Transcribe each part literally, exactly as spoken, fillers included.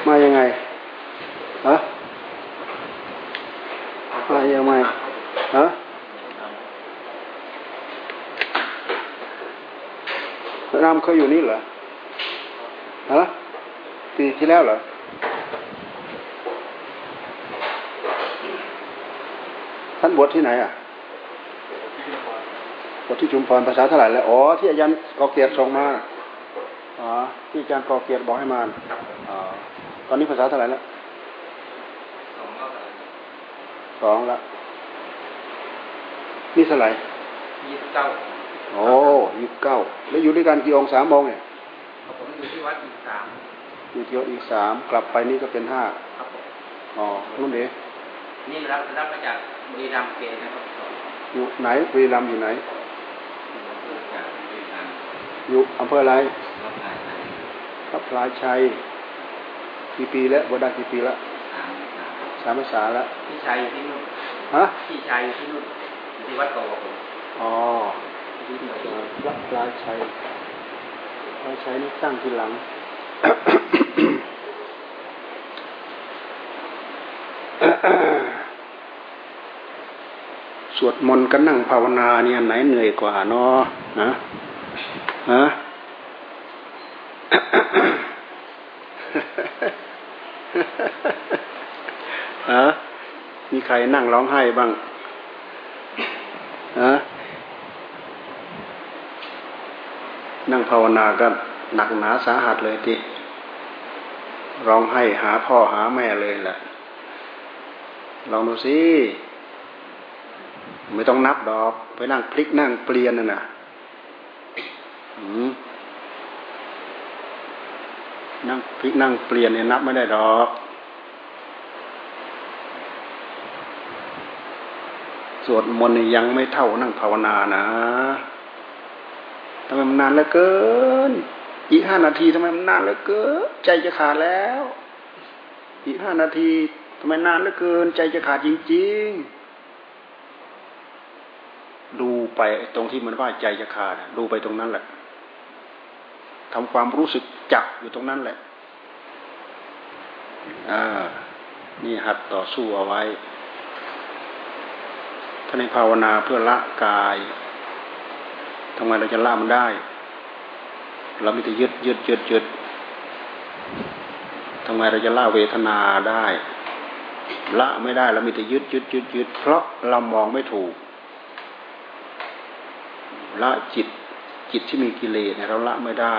มายังไงฮะมายังไงฮะรามเขาอยู่นี่เหรอฮะปีที่แล้วเหรอท่านบวชที่ไหนอ่ะบวชที่ชุมพรภาษาเท่าไหร่แล้วอ๋อที่อาจารย์กอเกียรติส่งมาอ๋อที่อาจารย์กอเกียรติบอกให้มาอ๋อตอนนี้ภาษาเท่าไหร่แล้วสองละนี่เท่าไหร่ยี่สิบเก้าโอ้ยี่สิบเก้าแล้วอยู่ด้วยกันกี่องค์สามองค์เนี่ยผมอยู่ที่วัดอีกสามอยู่ที่วัดอีกสามกลับไปนี่ก็เป็นห้าอ๋อนู่นเองนี่รับรับมาจากบุรีรัมย์เกณฑ์นะครับอยู่ไหนบุรีรัมย์อยู่ไหนอยู่อำเภออะไรรับพลายชัยกี่ปีแล้วบวชได้กี่ปีแล้วสามพรรษาแล้วพี่ชัยที่นู่นฮะพี่ชัยที่นู่นที่วัดโตอ๋อรับพลายชัยพลายชัยนี่ตั้งทีหลังสวดมนต์กับนั่งภาวนาเนี่ยไหนเหนื่อยกว่าเนาะฮะฮะฮะมีใครนั่งร้องไห้บ้างฮะนั่งภาวนาก็หนักหนาสาหัสเลยทีร้องไห้หาพ่อหาแม่เลยแหละลองดูสิไม่ต้องนับดอกไปนั่งพลิกนั่งเปลี่ยนน่ะนะนั่งพลิกนั่งเปลี่ยนเนี่ยนับไม่ได้ดอกสวดมนต์ยังไม่เท่านั่งภาวนานะทำไมมันนานเหลือเกินอีกห้านาทีทำไมมันนานเหลือเกินใจจะขาดแล้วอีกห้านาทีทำไมนานเหลือเกินใจจะขาดจริงๆดูไปตรงที่มันว่าใจจะขาดดูไปตรงนั้นแหละทำความรู้สึกจับอยู่ตรงนั้นแหละอ่านี่หัดต่อสู้เอาไว้ถ้าในภาวนาเพื่อละกายทำไมเราจะละมันได้เรามีแต่ยึดยึดยึดยึดทำไมเราจะละเวทนาได้ละไม่ได้เรามีแต่ยึดยึดยึดยึดเพราะเรามองไม่ถูกละจิตจิตที่มีกิเลสเนี่ยเราละไม่ได้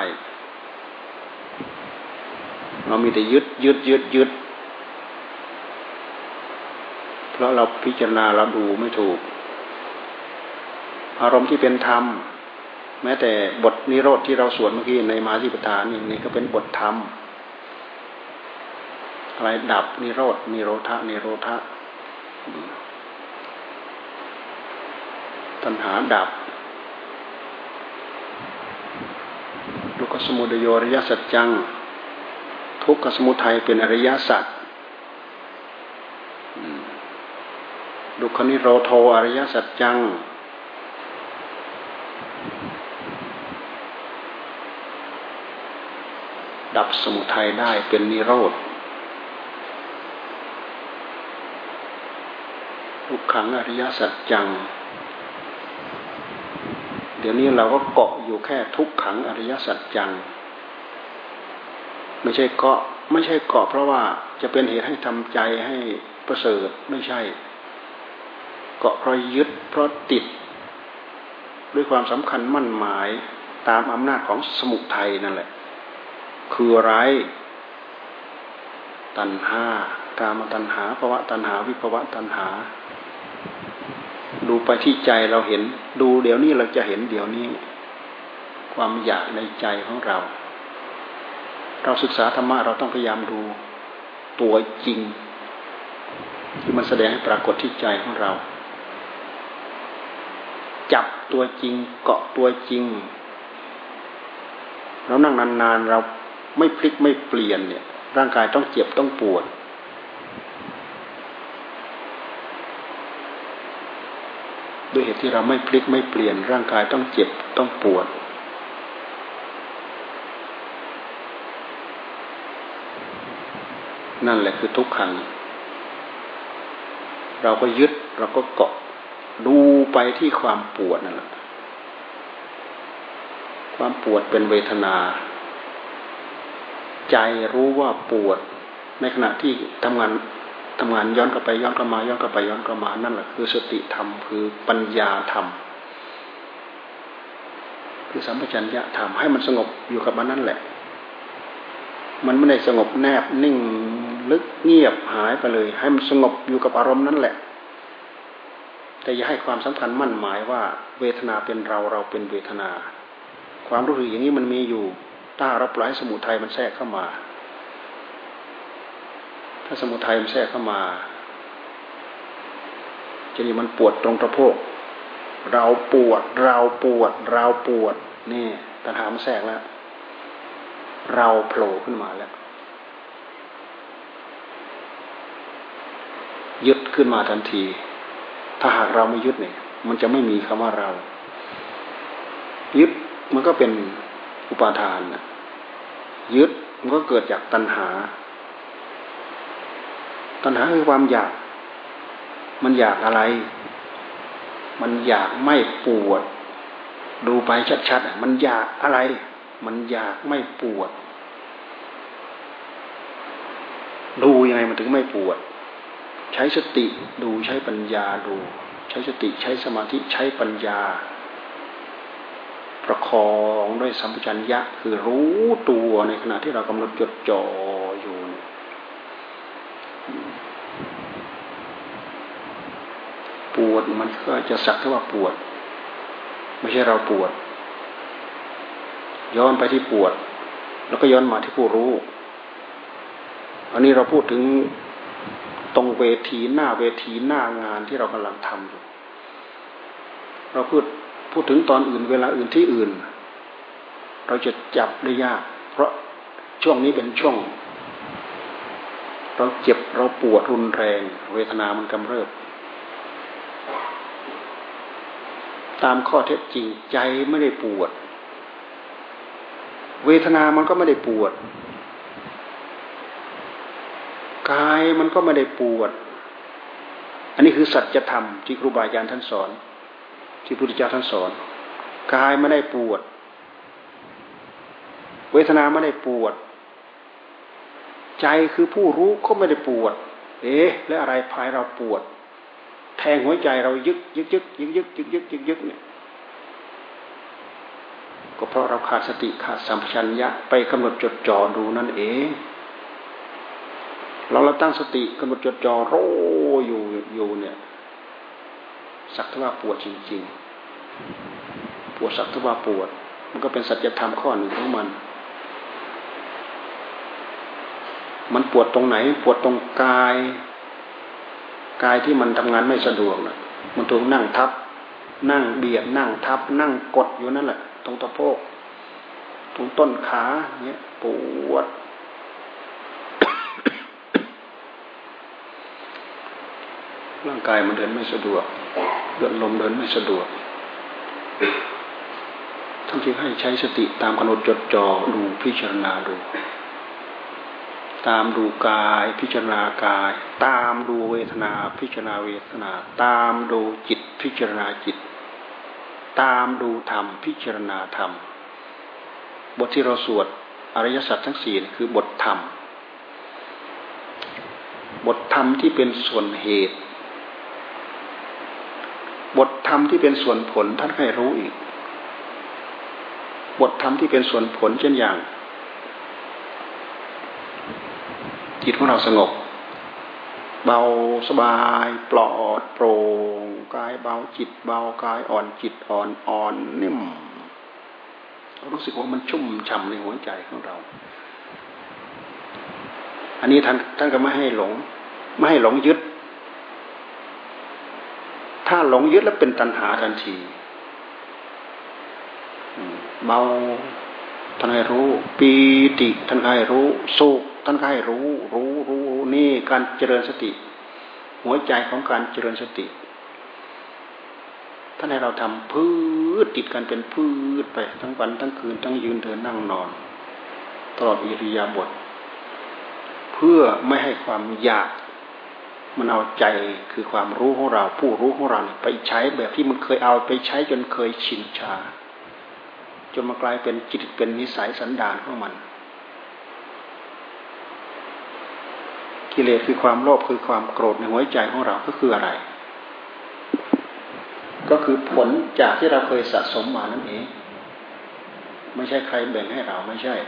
เรามีแต่ยึดยึดยึดยึดเพราะเราพิจารณาเราดูไม่ถูกอารมณ์ที่เป็นธรรมแม้แต่บทนิโรธที่เราสวดเมื่อกี้ในมหาสติปัฏฐานนี่นี่ก็เป็นบทธรรมอะไรดับนิโรธนิโรธะนิโรธะตัณหาดับทุกขสมุทัยอริยสัจจังทุกขสมุทัยเป็นอริยสัจดุขนิโรโธอริยสัจจังดับสมุทัยได้เป็นนิโรธทุกขังอริยสัจจังเดี๋ยวนี้เราก็เกาะอยู่แค่ทุกขังอริยสัจจังไม่ใช่เกาะไม่ใช่เกาะเพราะว่าจะเป็นเหตุให้ทำใจให้ประเสริฐไม่ใช่เกาะเพราะยึดเพราะติดด้วยความสำคัญมั่นหมายตามอำนาจของสมุทัยนั่นแหละคืออะไรตัณหากามตัณหาภวตัณหาวิภวตัณหาดูไปที่ใจเราเห็นดูเดี๋ยวนี้เราจะเห็นเดี๋ยวนี้ความอยากในใจของเราเราศึกษาธรรมะเราต้องพยายามดูตัวจริงที่มันแสดงให้ปรากฏที่ใจของเราจับตัวจริงเกาะตัวจริงเรานั่งนานๆเราไม่พลิกไม่เปลี่ยนเนี่ยร่างกายต้องเจ็บต้องปวดด้วยเหตุที่เราไม่พลิกไม่เปลี่ยนร่างกายต้องเจ็บต้องปวดนั่นแหละคือทุกขังเราก็ยึดเราก็เกาะดูไปที่ความปวดนั่นแหละความปวดเป็นเวทนาใจรู้ว่าปวดในขณะที่ทำงานทำงานย้อนกลับไปย้อนกลับมาย้อนกลับไปย้อนกลับมานั่นแหละคือสติธรรมคือปัญญาธรรมคือสัมปชัญญะธรรมให้มันสงบอยู่กับมันนั่นแหละมันไม่ได้สงบแนบนิ่งลึกเงียบหายไปเลยให้มันสงบอยู่กับอารมณ์นั่นแหละแต่อย่าให้ความสำคัญมั่นหมายว่าเวทนาเป็นเราเราเป็นเวทนาความรู้สึกอย่างนี้มันมีอยู่ถ้าเราปล่อยให้สมุทัยมันแทรกเข้ามาถ้าสมุทัยมันแทรกเข้ามาจะนี่มันปวดตรงตะโพกเราปวดเราปวดเราปวดนี่ตัณหามันแทรกแล้วเราโผล่ขึ้นมาแล้วยึดขึ้นมาทันทีถ้าหากเราไม่ยึดเนี่ยมันจะไม่มีคำว่าเรายึดมันก็เป็นอุปาทานนะยึดมันก็เกิดจากตัณหาตัณหาคือความอยากมันอยากอะไรมันอยากไม่ปวดดูไปชัดๆมันอยากอะไรมันอยากไม่ปวดดูยังไงมันถึงไม่ปวดใช้สติดูใช้ปัญญาดูใช้สติใช้สมาธิใช้ปัญญาประคองด้วยสัมปชัญญะคือรู้ตัวในขณะที่เรากำหนดจดจ่ออยู่ปวดมันก็จะสักแต่ว่าปวดไม่ใช่เราปวดย้อนไปที่ปวดแล้วก็ย้อนมาที่ผู้รู้อันนี้เราพูดถึงตรงเวทีหน้าเวทีหน้างานที่เรากำลังทำอยู่เราพูดพูดถึงตอนอื่นเวลาอื่นที่อื่นเราจะจับได้ยากเพราะช่วงนี้เป็นช่วงเราเจ็บเราปวดรุนแรงเวทนามันกำเริบตามข้อเท็จจริงใจไม่ได้ปวดเวทนามันก็ไม่ได้ปวดกายมันก็ไม่ได้ปวดอันนี้คือสัจธรรมที่ครูบาอาจารย์ท่านสอนที่พระพุทธเจ้าท่านสอนกายไม่ได้ปวดเวทนาไม่ได้ปวดใจคือผู้รู้ก็ไม่ได้ปวดเอ๊ะแล้วอะไรพายเราปวดแทงหัวใจเรายึกยึกยึกยึกยึกยึกยึกยึกยึกเนี่ยก็เพราะเราขาดสติขาดสัมปชัญญะไปกำหนดจดจ่อดูนั่นเองเราเราตั้งสติกำหนดจดจ่อโรอยู่อยู่เนี่ยสักทว่าปวดจริงๆปวดสักทว่าปวดมันก็เป็นสัจธรรมข้อหนึ่งของมันมันปวดตรงไหนปวดตรงกายกายที่มันทำงานไม่สะดวกนะมันถูกนั่งทับนั่งเบียดนั่งทับนั่งกดอยู่นั่นแหละตรงตะโพกตรงต้นขาเนี่ยปวด ร่างกายมันเดินไม่สะดวกเลือดลมเดินไม่สะดวกท่านจึงให้ใช้สติตามกำหนดจดจ่อดูพิจารณาดูตามดูกายพิจารณากายตามดูเวทนาพิจารณาเวทนาตามดูจิตพิจารณาจิตตามดูธรรมพิจารณาธรรมบทที่เราสวดอริยสัจทั้งสี่คือบทธรรมบทธรรมที่เป็นส่วนเหตุบทธรรมที่เป็นส่วนผลท่านให้รู้อีกบทธรรมที่เป็นส่วนผลเช่นอย่างจิตของเราสงบเบาสบายปลอดโปร่งกายเบาจิตเบากายอ่อนจิตอ่อนอ่อนนิ่มรู้สึกว่ามันชุ่มฉ่ำในหัวใจของเราอันนี้ท่านท่านก็ไม่ให้หลงไม่ให้หลงยึดถ้าหลงยึดแล้วเป็นตัณหาทันทีเบาท่านให้รู้ปีติท่านให้รู้สุขท่านให้รู้รู้รู้นี่การเจริญสติหัวใจของการเจริญสติท่านให้เราทำพืชติดกันเป็นพืชไปทั้งวันทั้งคืนทั้งยืนเดินนั่งนอนตลอดอิริยาบถพืพื่อไม่ให้ความอยากมันเอาใจคือความรู้ของเราผู้รู้ของเราไปใช้แบบที่มันเคยเอาไปใช้จนเคยชินชาจนมากลายเป็นจิตเป็นนิสัยสันดานของมันกิเลสคือความโลภคือความโกรธในหัวใจของเราก็คืออะไรก็คือผลจากที่เราเคยสะสมมานั่นเองไม่ใช่ใครแบ่งให้เราไม่ใช่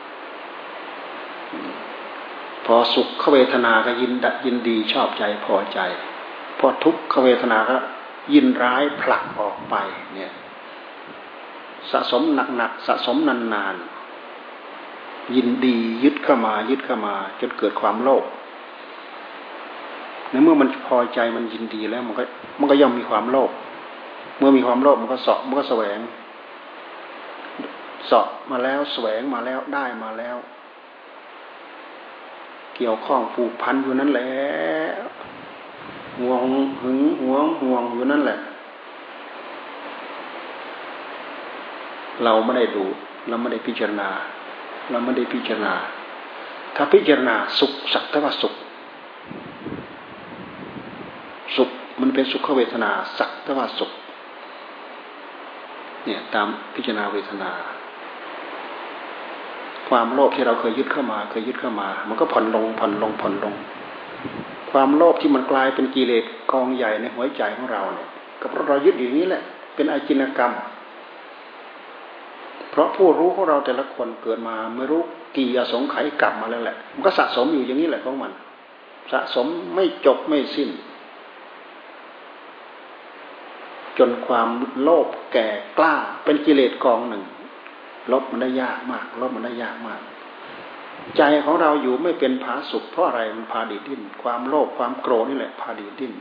พอสุขเวทนาก็ยินดัดยินดีชอบใจพอใจพอทุกขเวทนาก็ยินร้ายผลักออกไปเนี่ยสะสมหนักๆสะสมนานๆยินดียึดเข้ามายึดเข้ามาจนเกิดความโลภในเมื่อมันพอใจมันยินดีแล้วมันก็มันก็ย่อมมีความโลภเมื่อมีความโลภมันก็เสาะมันก็แสวงเสาะมาแล้วแสวงมาแล้วได้มาแล้วเกี่ยวข้องผูกพันอยู่นั่นแหละห่วงหึงหวงห่วงอยู่นั่นแหละเราไม่ได้ดูเราไม่ได้พิจารณาเราไม่ได้พิจารณาถ้าพิจารณาสุขสักแต่ว่าสุขสุขมันเป็นสุขเวทนาสักแต่ว่าสุขเนี่ยตามพิจารณาเวทนาความโลภที่เราเคยยึดเข้ามาเคยยึดเข้ามามันก็ผ่อนลงผ่อนลงผ่อนลงความโลภที่มันกลายเป็นกิเลสกองใหญ่ในหัวใจของเราเนี่ยก็เพราะเรายึดอย่างนี้แหละเป็นอาจินกรรมเพราะผู้รู้ของเราแต่ละคนเกิดมาไม่รู้กี่อสงไขยกรรมมาแล้วแหละมันก็สะสมอยู่อย่างนี้แหละของมันสะสมไม่จบไม่สิ้นจนความโลภแก่กล้าเป็นกิเลสกองหนึ่งลบมันได้ยากมากลบมันได้ยากมากใจของเราอยู่ไม่เป็นผาสุกเพราะอะไรมันพาดีดิ้นความโลภความโกรธนี่แหละพาดีดิ้น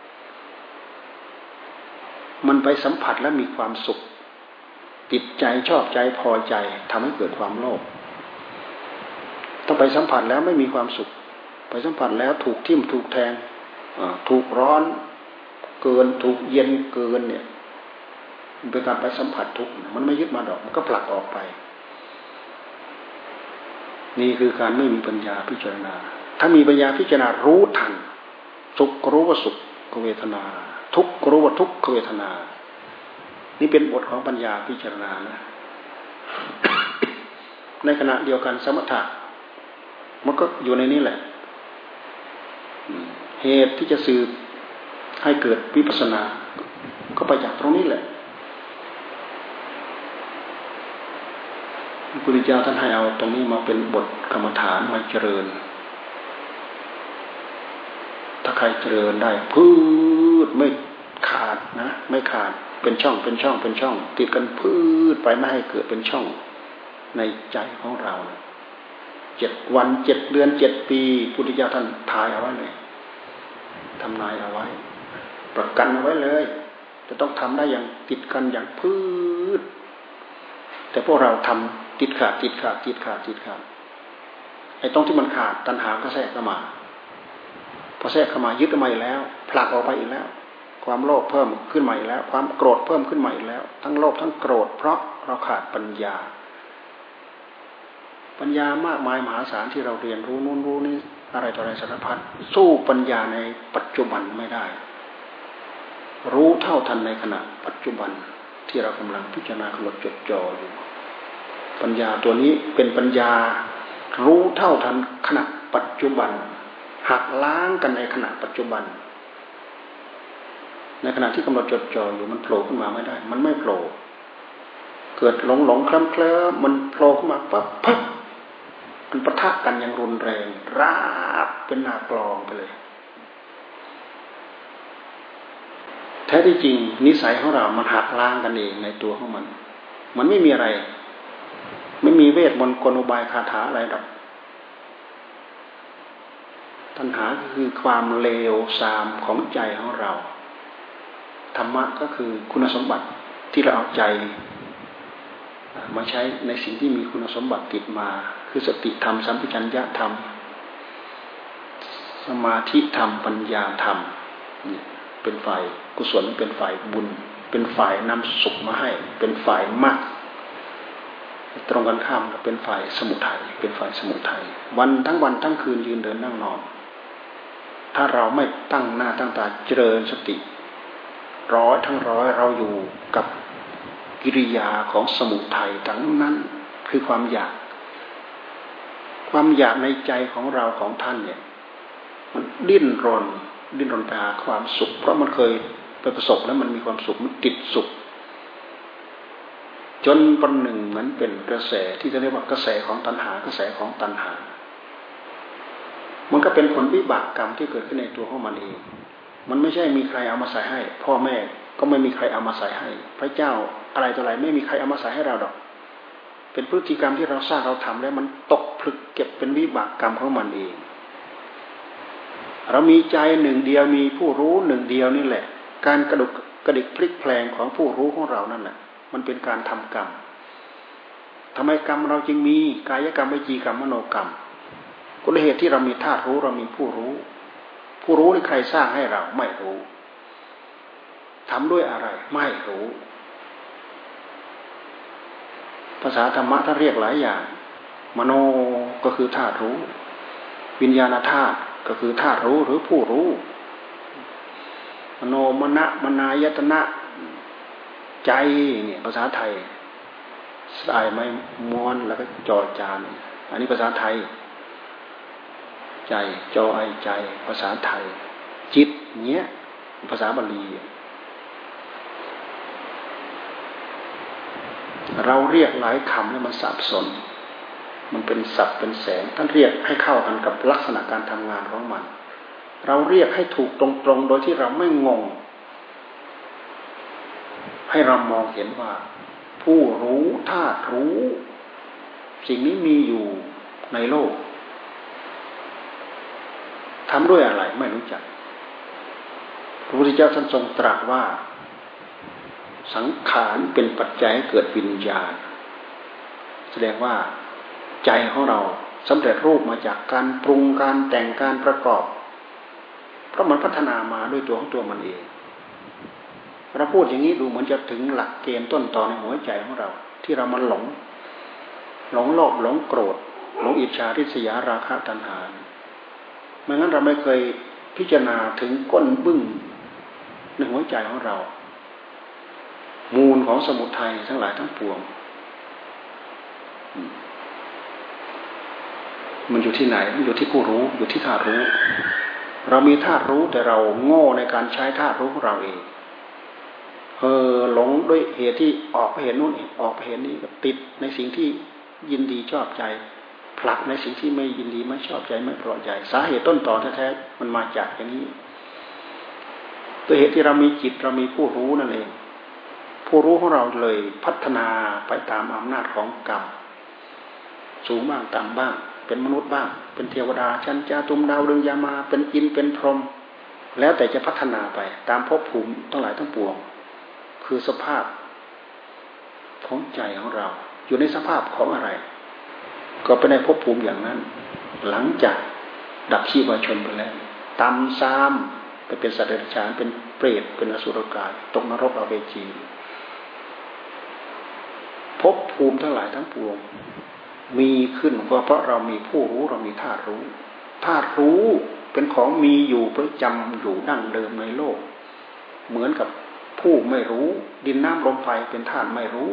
มันไปสัมผัสแล้วมีความสุขติดใจชอบใจพอใจทำให้เกิดความโลภต้องไปสัมผัสแล้วไม่มีความสุขไปสัมผัสแล้วถูกทิ่มถูกแทงถูกร้อนเกินถูกเย็นเกินเนี่ยมันเป็นการไปสัมผัสทุกข์มันไม่ยึดมาดอกมันก็ผลักออกไปนี่คือการไม่มีปัญญาพิจารณาถ้ามีปัญญาพิจารณารู้ทันสุขรู้ว่าสุขเวทนาทุกข์รู้ว่าทุกขเวทนานี่เป็นบทของปัญญาพิจารณานะ ในขณะเดียวกันสมถะมันก็อยู่ในนี้แหละเหตุที่จะสืบให้เกิดวิปัสสนาก็ไปจากตรงนี้แหละพระพุทธเจ้าท่านให้เอาตรงนี้มาเป็นบทกรรมฐานมาเจริญถ้าใครเจริญได้พืชไม่ขาดนะไม่ขาดเป็นช่องเป็นช่องเป็นช่องติดกันพืชไปไม่ให้เกิดเป็นช่องในใจของเราเจ็ดวันเจ็ดเดือนเจ็ดปีพุทธเจ้าท่านทายเอาไว้เลยทำนายเอาไว้ประกันเอาไว้เลยจะต้องทำได้อย่างติดกันอย่างพืชแต่พวกเราทำติดขาดติดขาดติดขาดติดขาดไอ้ตรงที่มันขาดตัณหาก็แทรกเข้ามาพอแทรกเข้ามายึดเข้ามาอีกแล้วผลักออกไปอีกแล้วความโลภเพิ่มขึ้นใหม่แล้วความโกรธเพิ่มขึ้นใหม่แล้วทั้งโลภทั้งโกรธเพราะเราขาดปัญญาปัญญามากมายมหาศาลที่เราเรียนรู้นู่นรู้นี่อะไรต่ออะไรสารพัดสู้ปัญญาในปัจจุบันไม่ได้รู้เท่าทันในขณะปัจจุบันที่เรากำลังพิจารณากำหนดจดจ่ออยู่ปัญญาตัวนี้เป็นปัญญารู้เท่าทันขณะปัจจุบันหักล้างกันในขณะปัจจุบันในขณะที่กำหนดจดจ่ออยู่มันโผล่ขึ้นมาไม่ได้มันไม่โผล่เกิดหลงหลงเคลิ้มเคลิ้มมันโผล่ขึ้นมาปั๊บปั๊บมันปะทะกันอย่างรุนแรงราบเป็นหน้ากลองไปเลยแท้ที่จริงนิสัยของเรามันหักล้างกันเองในตัวของมันมันไม่มีอะไรไม่มีเวทมนต์กลอุบายคาถาอะไรหรอกตัณหาคือความเลวทรามของใจของเราธรรมะก็คือคุณสมบัติที่เราเอาใจมาใช้ในสิ่งที่มีคุณสมบัติติดมาคือสติธรรมสัมปชัญญะธรรมสมาธิธรรมปัญญาธรรมเป็นฝ่ายกุศลเป็นฝ่ายบุญเป็นฝ่ายนำสุขมาให้เป็นฝ่ายมรรคตรงกันข้ามกับเป็นฝ่ายสมุทัยเป็นฝ่ายสมุทัยวันทั้งวันทั้งคืนยืนเดินนั่งนอนถ้าเราไม่ตั้งหน้าตั้งตาเจริญสติร้อยทั้งร้อยเราอยู่กับกิริยาของสมุทัยทั้งนั้นคือความอยากความอยากในใจของเราของท่านเนี่ยมันดิ้นรนดิ้นรนไปหาความสุขเพราะมันเคยไปประสบแล้วมันมีความสุขมันติดสุขจนประหนึ่งเหมือนเป็นกระแสที่จะเรียกว่ากระแสของตัณหากระแสของตัณหามันก็เป็นผลวิบากกรรมที่เกิดขึ้นในตัวของมันเองมันไม่ใช่มีใครเอามาใส่ให้พ่อแม่ก็ไม่มีใครเอามาใส่ให้พระเจ้าอะไรต่ออะไรไม่มีใครเอามาใส่ให้เราดอกเป็นพฤติกรรมที่เราสร้างเราทำแล้วมันตกผลึกเก็บเป็นวิบากกรรมของมันเองเรามีใจหนึ่งเดียวมีผู้รู้หนึ่งเดียวนี่แหละการกระดุกกระดิกพลิกแปลงของผู้รู้ของเรานั่นแหละมันเป็นการทำกรรมทำไมกรรมเราจึงมีกายกรรมวิจีกรรมมโนกรรมก็ด้วยเหตุที่เรามีธาตุรู้เรามีผู้รู้ผู้รู้นี่ใครสร้างให้เราไม่รู้ทำด้วยอะไรไม่รู้ภาษาธรรมะท่านเรียกหลายอย่างมโนก็คือธาตุรู้วิญญาณธาตุก็คือธาตุรู้หรือผู้รู้มโนมนะมนายตนะใจเนี่ยภาษาไทยสายไม้ม้วนแล้วก็จอจานอันนี้ภาษาไทยใจจอไอใจภาษาไทยจิตเนี้ยภาษาบาลีเราเรียกหลายคำแล้วมันสับสนมันเป็นศัพท์เป็นแสงท่านเรียกให้เข้ากันกับลักษณะการทำงานของมันเราเรียกให้ถูกตรงๆโดยที่เราไม่งงให้เรามองเห็นว่าผู้รู้ธาตุรู้สิ่งนี้มีอยู่ในโลกทำด้วยอะไรไม่รู้จักพระพุทธเจ้าท่านทรงตรัสว่าสังขารเป็นปัจจัยให้เกิดวิญญาณแสดงว่าใจของเราสำเร็จรูปมาจากการปรุงการแต่งการประกอบเพราะมันพัฒนามาด้วยตัวของตัวมันเองเราพูดอย่างนี้ดูเหมือนจะถึงหลักเกณฑ์ต้นตอในหัวใจของเราที่เรามันหลงหลงโลภหลงโกรธหลงอิจฉาริษยาราคะตัณหาไม่งั้นเราไม่เคยพิจารณาถึงก้นบึ้งในหัวใจของเรามูลของสมุทัยทั้งหลายทั้งปวงมันอยู่ที่ไหนมันอยู่ที่ผู้รู้อยู่ที่ธาตุรู้เรามีธาตุรู้แต่เราโง่ในการใช้ธาตุรู้ของเราเองเออหลงด้วยเหตุที่ออกไปเห็นนู่นออกไปเห็นนี้ก็ติดในสิ่งที่ยินดีชอบใจผลักในสิ่งที่ไม่ยินดีไม่ชอบใจไม่พอใจสาเหตุต้นตอแท้ๆมันมาจากอย่างนี้ตัวเหตุที่เรามีจิตเรามีผู้รู้นั่นเองผู้รู้ของเราเลยพัฒนาไปตามอำนาจของกรรมสูงบ้างต่ำบ้างเป็นมนุษย์บ้างเป็นเทวดาชั้นจาตุมดาวดึงยามาเป็นอินเป็นพรหมแล้วแต่จะพัฒนาไปตามภพภูมิทั้งหลายทั้งปวงคือสภาพของใจของเราอยู่ในสภาพของอะไรก็เป็นในภพภูมิอย่างนั้นหลังจากดับชีวชนไปแล้วตามซ้ำไปเป็นสัตว์เดรัจฉานเป็นเปรตเป็นอสุรกายตกนรกอเวจีภพภูมิทั้งหลายทั้งปวงมีขึ้นก็เพราะเรามีผู้รู้เรามีธาตุรู้ธาตุรู้เป็นของมีอยู่ประจำอยู่ดั้งเดิมในโลกเหมือนกับผู้ไม่รู้ดินน้ำลมไฟเป็นธาตุไม่รู้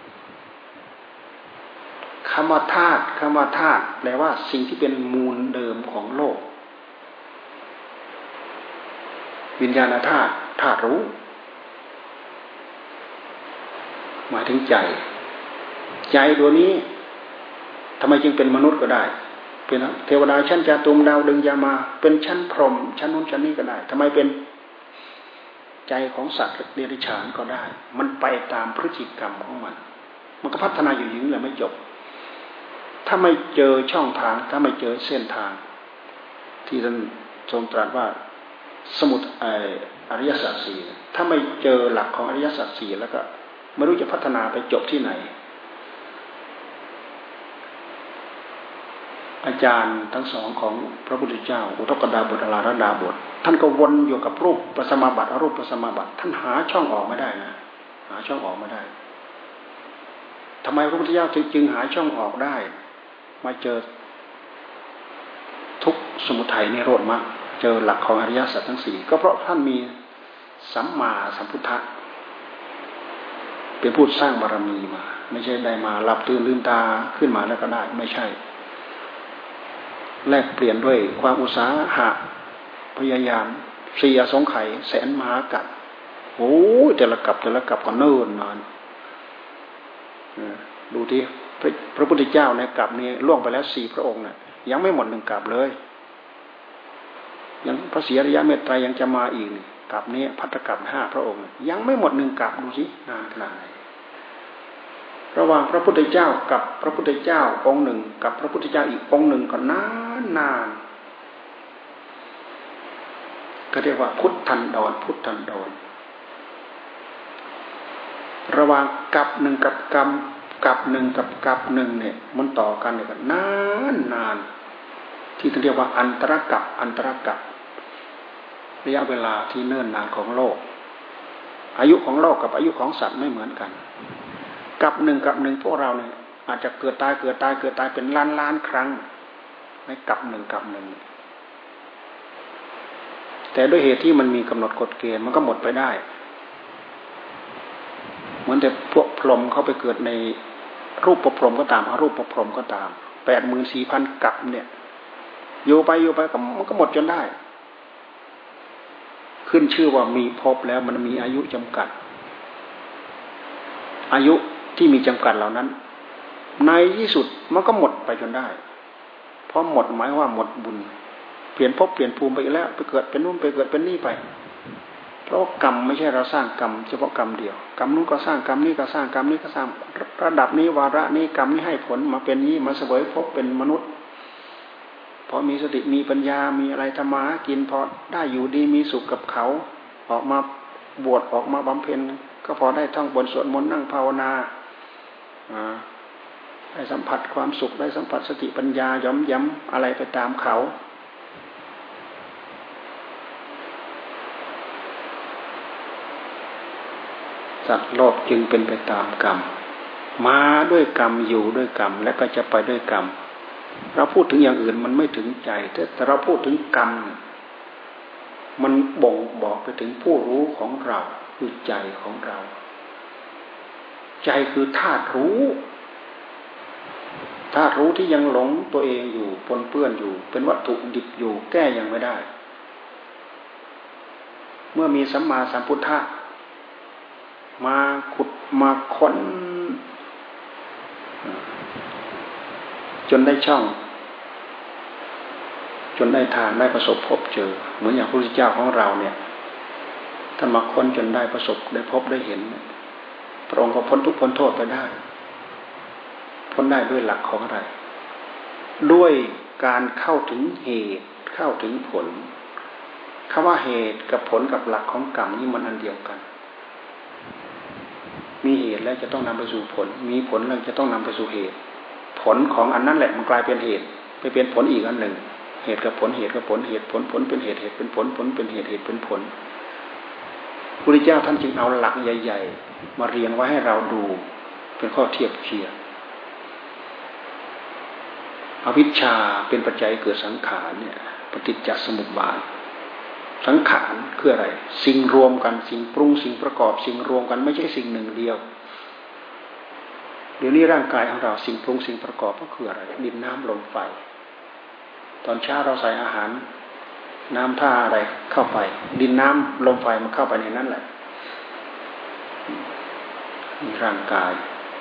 คำว่าธาตุคำว่าธาตุแปลว่าสิ่งที่เป็นมูลเดิมของโลกวิญญาณธาตุธาตุรู้หมายถึงใจใจตัวนี้ทำไมจึงเป็นมนุษย์ก็ได้เป็นเทวดาชั้นจาตุมดาวดึงยามาเป็นชั้นพรหมชั้นนู้นชั้นนี้ก็ได้ทำไมเป็นใจของสัตว์เดรัจฉานก็ได้มันไปตามพฤติกรรมของมันมันก็พัฒนาอยู่อย่างนี้แหละไม่จบถ้าไม่เจอช่องทางถ้าไม่เจอเส้นทางที่ท่านทรงตรัสว่าสมุทอริยสัจสี่ถ้าไม่เจอหลักของอริยสัจสี่แล้วก็ไม่รู้จะพัฒนาไปจบที่ไหนอาจารย์ทั้งสองของพระพุทธเจ้าอุทกดาบทอลาระดาบทท่านก็วนอยู่กับรูปปัสมาบัติอรูปปัสมาบัติท่านหาช่องออกไม่ได้นะหาช่องออกไม่ได้ทำไมพระพุทธเจ้าจึงหาช่องออกได้มาเจอทุกสมุทัยนิโรธมรรคเจอหลักของอริยสัจทั้งสี่ก็เพราะท่านมีสัมมาสัมพุทธะเป็นผู้สร้างบารมีมาไม่ใช่ได้มาหลับตื่นลืมตาขึ้นมาแล้วก็ได้ไม่ใช่แลกเปลี่ยนด้วยความอุตสาหะพยายามเสียสงไข่แสนมหากัปโอ้ยแต่ละกับแต่ละกับก็เนิ่นนานดูที่พระพระพุทธเจ้าในกับนี้ล่วงไปแล้วสี่พระองค์น่ะยังไม่หมดหนึ่งกับเลยยังพระศรีอริยเมตไตรยังจะมาอีกกับนี้ภัตตกับห้าพระองค์ยังไม่หมดหนึ่งกับดูสินานขนาดไหนระหว่างพระพุทธเจ้ากับพระพุทธเจ้าองค์หนึ่งกับพระพุทธเจ้าอีกองค์หนึ่งก็นานนานก็เรียกว่าพุทธันดรพุทธันดรระหว่างกับหนึ่งกับกรรมกับหนึ่งกับกับหนึ่งเนี่ยมันต่อกันเนี่ยก็นานนานที่เรียกว่าอันตรกับอันตรกับระยะเวลาที่เนิ่นนานของโลกอายุของโลกกับอายุของสัตว์ไม่เหมือนกันกับหนึ่งกับหนึ่งพวกเราเนี่ยอาจจะเกิดตายเกิดตายเกิดตายเป็นล้านล้านครั้งในกับหนึ่งกับหนึ่งแต่ด้วยเหตุที่มันมีกำหนดกฎเกณฑ์มันก็หมดไปได้เหมือนแต่พวกพรหมเขาไปเกิดในรูปประพรหมก็ตามอรูปประพรหมก็ตามแปดหมื่นสี่พันกับเนี่ยอยู่ไปอยู่ไปก็มันก็หมดจนได้ขึ้นชื่อว่ามีภพแล้วมันมีอายุจำกัดอายุที่มีจำกัดเหล่านั้นในที่สุดมันก็หมดไปจนได้เพราะหมดหมายว่าหมดบุญเปลี่ยนภพเปลี่ยนภูมิไปแล้วไปเกิดเป็นนู่นไปเกิดเป็นนี่ไปเพราะกรรมไม่ใช่เราสร้างกรรมเฉพาะกรรมเดียวกรรมนู้นก็สร้างกรรมนี้ก็สร้างกรรมนี้ก็สร้างระดับนี้วาระนี้กรรมนี้ให้ผลมาเป็นนี้มาเสวยภพเป็นมนุษย์พอมีสติมีปัญญามีอะไรทำมากินพอได้อยู่ดีมีสุขกับเขาออกมาบวชออกมาบำเพ็ญก็พอได้ท่องบนสวดมนต์นั่งภาวนาได้สัมผัสความสุขได้สัมผัสสติปัญญาย้อมย้ำอะไรไปตามเขาสัตว์โลกจึงเป็นไปตามกรรมมาด้วยกรรมอยู่ด้วยกรรมและก็จะไปด้วยกรรมเราพูดถึงอย่างอื่นมันไม่ถึงใจแต่เราพูดถึงกรรมมันบ่งบอกไปถึงผู้รู้ของเราคือใจของเราใจคือธาตุรู้ธาตุรู้ที่ยังหลงตัวเองอยู่ปนเปื้อนอยู่เป็นวัตถุดิบอยู่แก้ยังไม่ได้เมื่อมีสัมมาสัมพุทธะมาขุดมาค้นจนได้ช่องจนได้ทางได้ประสบพบเจอเหมือนอย่างพระพุทธเจ้าของเราเนี่ยท่านมาค้นจนได้ประสบได้พบได้เห็นพระองค์ก็พ้นทุกข์พ้นโทษไปได้พ้นได้ด้วยหลักของอะไรด้วยการเข้าถึงเหตุเข้าถึงผลคำว่าเหตุกับผลกับหลักของกรรมนี่มันอันเดียวกันมีเหตุแล้วจะต้องนำไปสู่ผลมีผลแล้วจะต้องนำไปสู่เหตุผลของอันนั้นแหละมันกลายเป็นเหตุไปเป็นผลอีกอันหนึ่งเหตุกับผลเหตุกับผลเหตุผลผลเป็นเหตุเหตุเป็นผลผลเป็นเหตุเหตุเป็นผลพระพุทธเจ้าท่านจึงเอาหลักใหญ่ๆมาเรียงไว้ให้เราดูเป็นข้อเทียบเคียงอวิชชาเป็นปัจจัยเกิดสังขารเนี่ยปฏิจจสมุปบาทสังขารคืออะไรสิ่งรวมกันสิ่งปรุงสิ่งประกอบสิ่งรวมกันไม่ใช่สิ่งหนึ่งเดียวเดี๋ยวนี้ร่างกายของเราสิ่งปรุงสิ่งประกอบก็คืออะไรดินน้ำลมไฟตอนเช้าเราใส่อาหารน้ำท่าอะไรเข้าไปดินน้ำลมไฟมันเข้าไปในนั้นแหละนี่ร่างกาย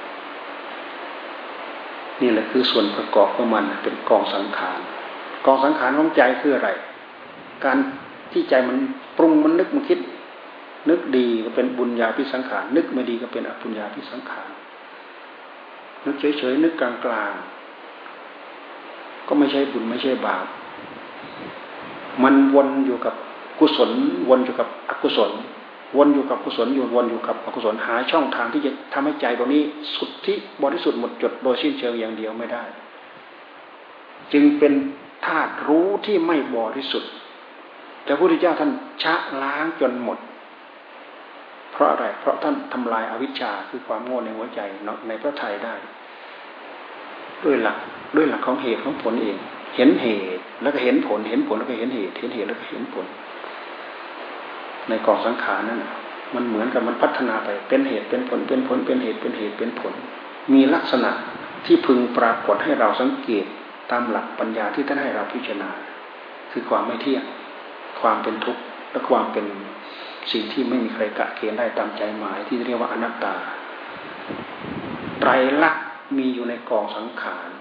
นี่แหละคือส่วนประกอบของมันเป็นกองสังขารกองสังขารของใจคืออะไรการที่ใจมันปรุงมันนึกมันคิดนึกดีก็เป็นบุญญาภิสังขารนึกไม่ดีก็เป็นอปุญญาภิสังขารนึกเฉยๆนึกกลางๆก็ไม่ใช่บุญไม่ใช่บาปมันวนอยู่กับกุศลวนอยู่กับอกุศลวนอยู่กับกุศลอยู่วนอยู่กับอกุศลหาช่องทางที่จะทำให้ใจตรงนี้สุดที่บริสุทธิ์หมดจดโดยสิ้นเชิงอย่างเดียวไม่ได้จึงเป็นธาตุรู้ที่ไม่บริสุทธิ์แต่พระพุทธเจ้าท่านชะล้างจนหมดเพราะอะไรเพราะท่านทำลายอวิชชาคือความโง่ในหัวใจในพระทัยได้ด้วยหลักด้วยหลักของเหตุของผลเองเห็นเหตุแล้วก็เห็นผลเห็นผลแล้วก็เห็นเหตุเห็นเหตุแล้วก็เห็นผลในกองสังขารนั่นมันเหมือนกับมันพัฒนาไปเป็นเหตุเป็นผลเป็นผลเป็นเหตุเป็นเหตุเป็นผลมีลักษณะที่พึงปรากฏให้เราสังเกตตามหลักปัญญาที่ท่านให้เราพิจารณาคือความไม่เที่ยงความเป็นทุกข์และความเป็นสิ่งที่ไม่มีใครกะเกณฑ์ได้ตามใจหมายที่เรียกว่าอนัตตาไตรลักษณ์มีอยู่ในกองสังขาร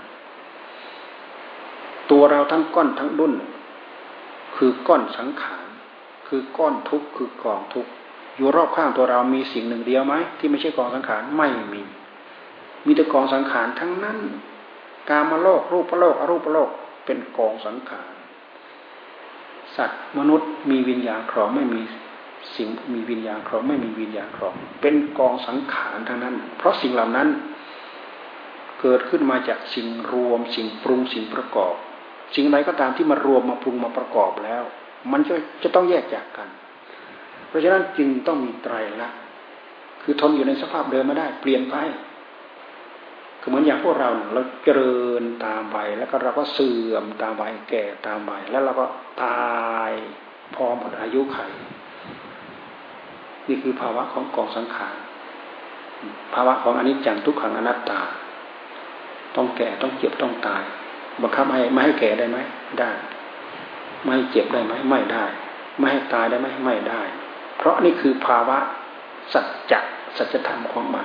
ตัวเราทั้งก้อนทั้งดุ้นคือก้อนสังขารคือก้อนทุกข์คือกองทุกข์อยู่รอบข้างตัวเรามีสิ่งหนึ่งเดียวไหมที่ไม่ใช่กองสังขารไม่มีมีแต่กองสังขารทั้งนั้นกามโลกรูปโลกอรูปโลกเป็นกองสังขารสัตว์มนุษย์มีวิญญาณครองไม่มีสิ่งมีวิญญาณครองไม่มีวิญญาณครองเป็นกองสังขารทั้งนั้นเพราะสิ่งเหล่านั้นเกิดขึ้นมาจากสิ่งรวมสิ่งปรุงสิ่งประกอบสิ่งใดก็ตามที่มารวมมาปรุงมาประกอบแล้วมันจะจะต้องแยกจากกันเพราะฉะนั้นจึงต้องมีไตรลักษณ์คือทนอยู่ในสภาพเดิมไม่ได้เปลี่ยนไปคือเหมือนอย่างพวกเราเราเจริญตามไปแล้วก็เราก็เสื่อมตามไปแก่ตามไปแล้วเราก็ตายพอหมดอายุไขนี่คือภาวะของกองสังขารภาวะของอนิจจังทุกขังอนัตตาต้องแก่ต้องเจ็บต้องตายบังคับให้ไม่ให้แก่ได้ไหมได้ไม่ให้เจ็บได้ไหมไม่ได้ไม่ให้ตายได้ไหมไม่ได้เพราะนี่คือภาวะสัจจะสัจธรรมของมัน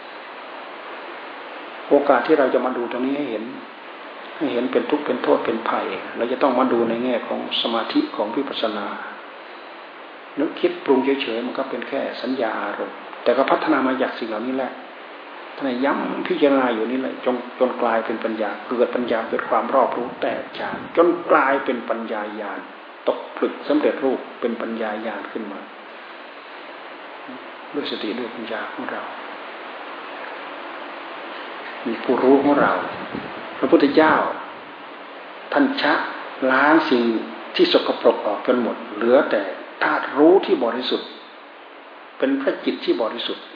โอกาสที่เราจะมาดูตรงนี้ให้เห็นให้เห็นเป็นทุกข์เป็นโทษเป็นภัยเราจะต้องมาดูในแง่ของสมาธิของวิปัสสนานึกคิดปรุงเฉยๆมันก็เป็นแค่สัญญาอารมณ์แต่ก็พัฒนามาจากสิ่งเหล่านี้แหละท่านย้ำพิจารณาอยู่นี่แหละจนจนกลายเป็นปัญญาเกิดปัญญาเกิดความรอบรู้แตกฉานจนกลายเป็นปัญญาญาณตกผลึกสำเร็จรูปเป็นปัญญาญาณขึ้นมาด้วยสติด้วยปัญญาของเรามีผู้รู้ของเราพระพุทธเจ้าท่านชะล้างสิ่งที่สกปรกออกจนหมดเหลือแต่ธาตุรู้ที่บริสุทธิ์เป็นพระจิตที่บริสุทธิ์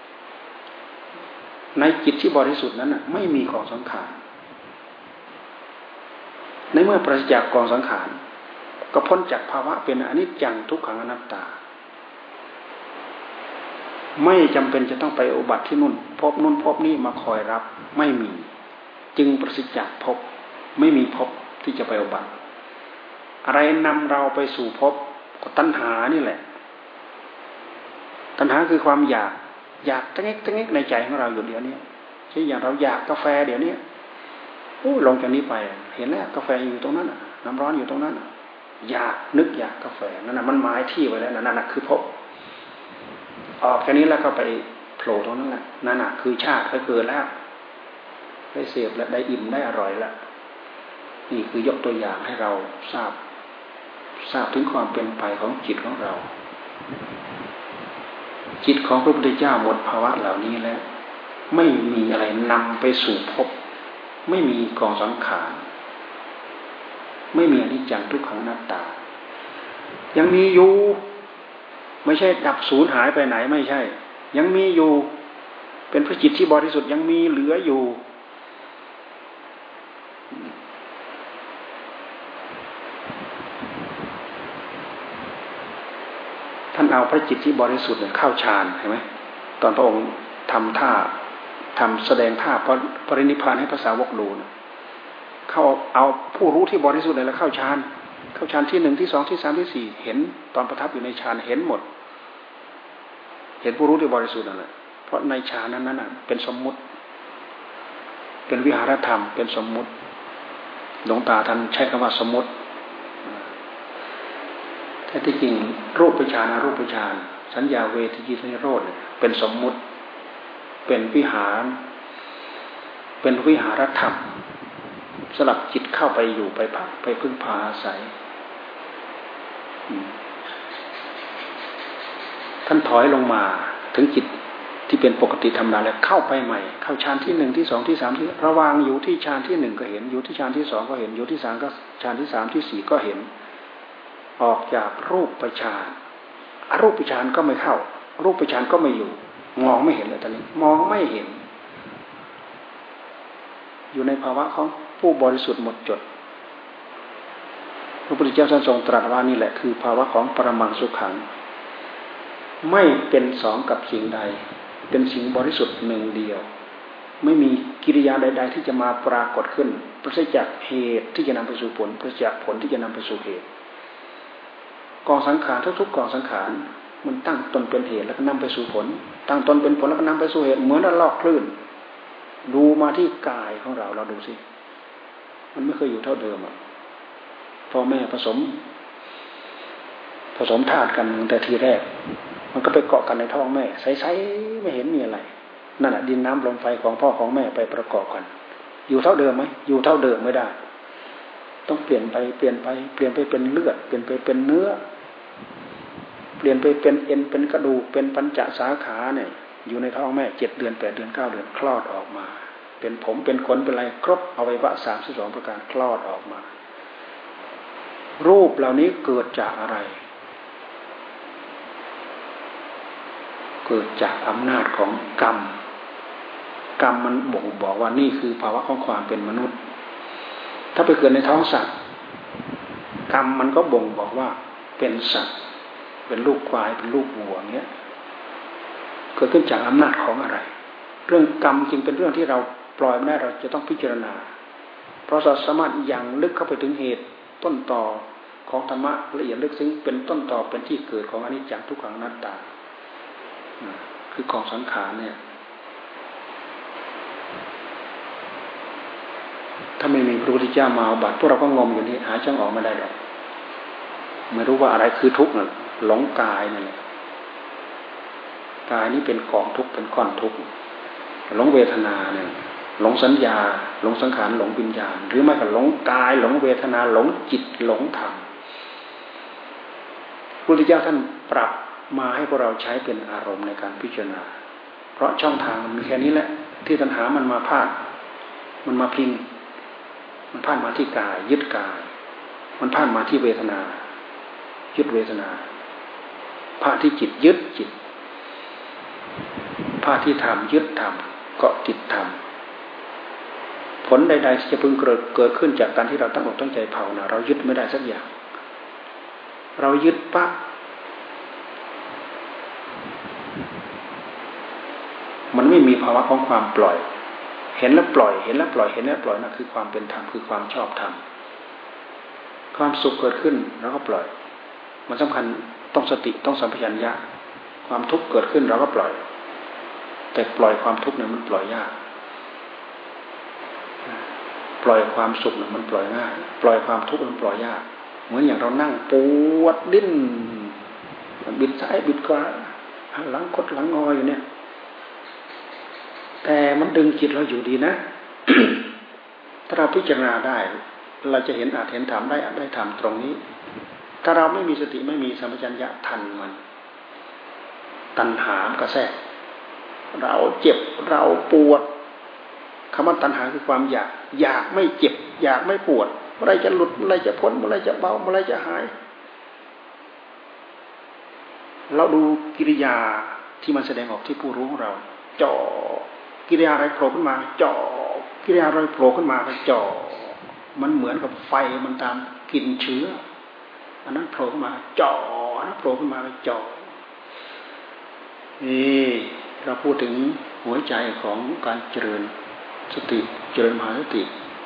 ในจิตที่บริสุทธิ์นั้นน่ะไม่มีกองสังขารในเมื่อปราศจากกองสังขารก็พ้นจากภาวะเป็นอนิจจังทุกขังอนัตตาไม่จำเป็นจะต้องไปอุบัติที่นู่นพบนู่นพบนี่มาคอยรับไม่มีจึงปราศจากภพไม่มีภพที่จะไปอุบัติอะไรนำเราไปสู่ภพก็ตัณหานี่แหละตัณหาคือความอยากอยากตั้งเอกตั้งเอกในใจของเราอยู่เดี๋ยวนี้เช่นอย่างเราอยากกาแฟเดี๋ยวนี้โอ้ลงจากนี้ไปเห็นแล้วกาแฟอยู่ตรงนั้นน้ำร้อนอยู่ตรงนั้นอยากนึกอยากกาแฟนั่นน่ะมันหมายที่ไว้แล้วนั่นน่ะคือภพออกจากนี้แล้วก็ไปโผล่ตรงนั้นแหละนั่นน่ะคือชาติก็เกิดแล้วได้เสพและได้อิ่มได้อร่อยแล้วนี่คือยกตัวอย่างให้เราทราบทราบถึงความเป็นไปของจิตของเราจิตของพระพุทธเจ้าหมดภาวะเหล่านี้แล้วไม่มีอะไรนำไปสู่ภพไม่มีกองสังขารไม่มีอนิจจังทุกขังอนัตตายังมีอยู่ไม่ใช่ดับสูญหายไปไหนไม่ใช่ยังมีอยู่เป็นพระจิตที่บริสุทธิ์ยังมีเหลืออยู่ท่านเอาพระจิตที่บริสุทธิ์เข้าฌานเห็นไหมตอนพระองค์ทำท่าทำแสดงท่าปรินิพพานให้ภาษาวกดูนะเข้าเอาผู้รู้ที่บริสุทธิ์เลยแล้วเข้าฌานเข้าฌานที่หนึ่งที่สองที่สามที่สี่เห็นตอนประทับอยู่ในฌานเห็นหมดเห็นผู้รู้ที่บริสุทธิ์นั่นแหละเพราะในฌานนั้นนั้นเป็นสมมุติเป็นวิหารธรรมเป็นสมมุติหลวงตาท่านใช้คำว่าสมมุติแต่ที่จริงรูปฌานอรูปฌานสัญญาเวทยิตนิโรธเป็นสมมุติเป็นวิหารเป็นวิหารธรรมสลับจิตเข้าไปอยู่ไปพักไปพึ่งพาอาศัยท่านถอยลงมาถึงจิตที่เป็นปกติธรรมดาแล้วเข้าไปใหม่เข้าฌานที่หนึ่งที่สองที่สามที่ระวางอยู่ที่ฌานที่หนึ่งก็เห็นอยู่ที่ฌานที่สองก็เห็นอยู่ที่สามก็ฌานที่สามที่สี่ก็เห็นออกจากรูปฌานอรูปฌานก็ไม่เข้ารูปฌานก็ไม่อยู่มองไม่เห็นเลยตอนนี้มองไม่เห็นอยู่ในภาวะของผู้บริสุทธิ์หมดจดพระพุทธเจ้าท่านทรงตรัสว่านี่แหละคือภาวะของปรมังสุขังไม่เป็นสองกับสิ่งใดเป็นสิ่งบริสุทธิ์หนึ่งเดียวไม่มีกิริยาใดๆที่จะมาปรากฏขึ้นปราศจากเหตุที่จะนำไปสู่ผลปราศจากผลที่จะนำไปสู่เหตุกองสังขารทุกๆกองสังขารมันตั้งตนเป็นเหตุแล้วก็นำไปสู่ผลตั้งตนเป็นผลแล้วก็นำไปสู่เหตุเหมือนระลอกคลื่นดูมาที่กายของเราเราดูสิมันไม่เคยอยู่เท่าเดิมอ่ะพ่อแม่ผสมผสมธาตุกันแต่ทีแรกมันก็ไปเกาะกันในท้องแม่ใสๆไม่เห็นมีอะไรนั่นแหะดินน้ำลมไฟของพ่อของแม่ไปประกอบกันอยู่เท่าเดิมไหมอยู่เท่าเดิมไม่ได้ต้องเปลี่ยนไปเปลี่ยนไปเปลี่ยนไปเป็นเลือดเปลี่ยนไปเป็นเนื้อเปลี่ยนไปเป็นเอ็นเป็นกระดูกเป็นปัญจสาขาเนี่ยอยู่ในท้องแม่เจ็ดเดือนแปดเดือนเก้าเดือนคลอดออกมาเป็นผมเป็นขนเป็นอะไรครบอวัยวะสามสิบสองประการคลอดออกมารูปเหล่านี้เกิดจากอะไรเกิดจากอำนาจของกรรมกรรมมันบ่งบอกว่านี่คือภาวะของความเป็นมนุษย์ถ้าไปเกิดในท้องสัตว์กรรมมันก็บ่งบอกว่าเป็นสัตว์เป็นลูกควายเป็นลูกวัวเงี้ยเกิดขึ้นจากอำนาจของอะไรเรื่องกรรมจึงเป็นเรื่องที่เราปล่อยไม่ได้เราจะต้องพิจารณาเพราะเราสามารถยังลึกเข้าไปถึงเหตุต้นตอของธรรมะละเอียดลึกซึ้งเป็นต้นตอเป็นที่เกิดของอนิจจังทุกขังอนัตตาคือกองสังขารเนี่ยถ้าไม่มีพระพุทธเจ้ามาเอาบัตรพวกเราก็งมอยู่นี่หาช่องออกไม่ได้หรอกไม่รู้ว่าอะไรคือทุกข์น่ะหลงกายนั่นแหละกายนี้เป็นกองทุกข์เป็นก้อนทุกข์หลงเวทนาเนี่ยหลงสัญญาหลงสังขารหลงวิญญาณหรือไม่ก็หลงกายหลงเวทนาหลงจิตหลงธรรมพระพุทธเจ้าท่านปรับมาให้พวกเราใช้เป็นอารมณ์ในการพิจารณาเพราะช่องทางมันมีแค่นี้แหละที่ตัณหามันมาพาดมันมาพิงมันพาดมาที่กายยึดกายมันพาดมาที่เวทนายึดเวทนาพาดที่จิตยึดจิตพาดที่ธรรมยึดธรรมเกาะติดธรรมผลใดๆที่จะพึงเกิดเกิดขึ้นจากการที่เราตั้งอกตั้งใจภาวนาเรายึดไม่ได้สักอย่างเรายึดปั๊บมันไม่มีภาวะของความปล่อยเห็นแล้วปล่อยเห็นแล้วปล่อยเห็นแล้วปล่อยนั่นคือความเป็นธรรมคือความชอบธรรมความสุขเกิดขึ้นเราก็ปล่อยมันสำคัญต้องสติต้องสัมปชัญญะความทุกข์เกิดขึ้นเราก็ปล่อยแต่ปล่อยความทุกข์เนี่ยมันปล่อยยากปล่อยความสุขเนี่ยมันปล่อยง่ายปล่อยความทุกข์มันปล่อยยากเหมือนอย่างเรานั่งปวดดิ้นบิดซ้ายบิดขวาหลังคดหลังงออยู่เนี่ยแต่มันดึงจิตเราอยู่ดีนะ ถ้าเราพิจารณาได้เราจะเห็นอาจเห็นธรรมได้ได้ธรรมตรงนี้ถ้าเราไม่มีสติไม่มีสัมปชัญญะทันมันตัณหาก็แทรกเราเจ็บเราปวดคำว่าตัณหาคือความอยากอยากไม่เจ็บอยากไม่ปวดเมื่อไรจะหลุดเมื่อไรจะพ้นเมื่อไรจะเบาเมื่อไรจะหายเราดูกิริยาที่มันแสดงออกที่ผู้รู้ของเราจ่อกิริยาอะไรโผล่ขึ้นมาจ่อกิริยาอะไรโผล่ขึ้นมาก็จ่อมันเหมือนกับไฟมันตามกินเชื้ออันนั้นโผล่ขึ้นมาจ่ออันนั้นโผล่ขึ้นมาก็จ่อนี่เราพูดถึงหัวใจของการเจริญสติเจริญมหาสติ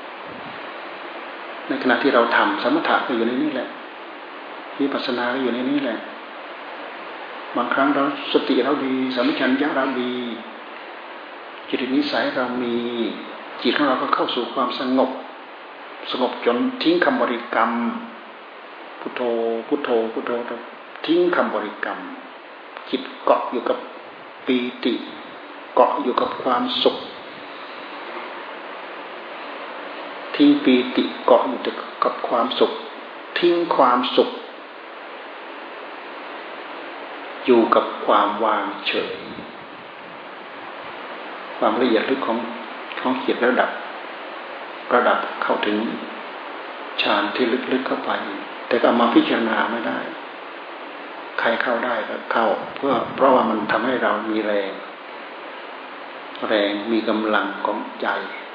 ในขณะที่เราทำสมถะก็อยู่ในนี้แหละวิปัสสนาก็อยู่ในนี้แหละบางครั้งเราสติเราดีสัมปชัญญะเราดีจิตนิสัยเรามีจิตของเราก็เข้าสู่ความสงบสงบจนทิ้งคำบริกรรมพุทโธพุทโธพุทโธทิ้งคำบริกรรมจิตเกาะอยู่กับปีติเกาะอยู่กับความสุขทิ้งปีติเกาะอยู่กับความสุขทิ้งความสุขอยู่กับความวางเฉยความละเอียดลึกของของจิตระดับระดับเข้าถึงฌานที่ลึกๆเข้าไปแต่ก็มาพิจารณาไม่ได้ใครเข้าได้ก็เข้าเพื่อเพราะว่ามันทำให้เรามีแรงแรงมีกำลังของใจ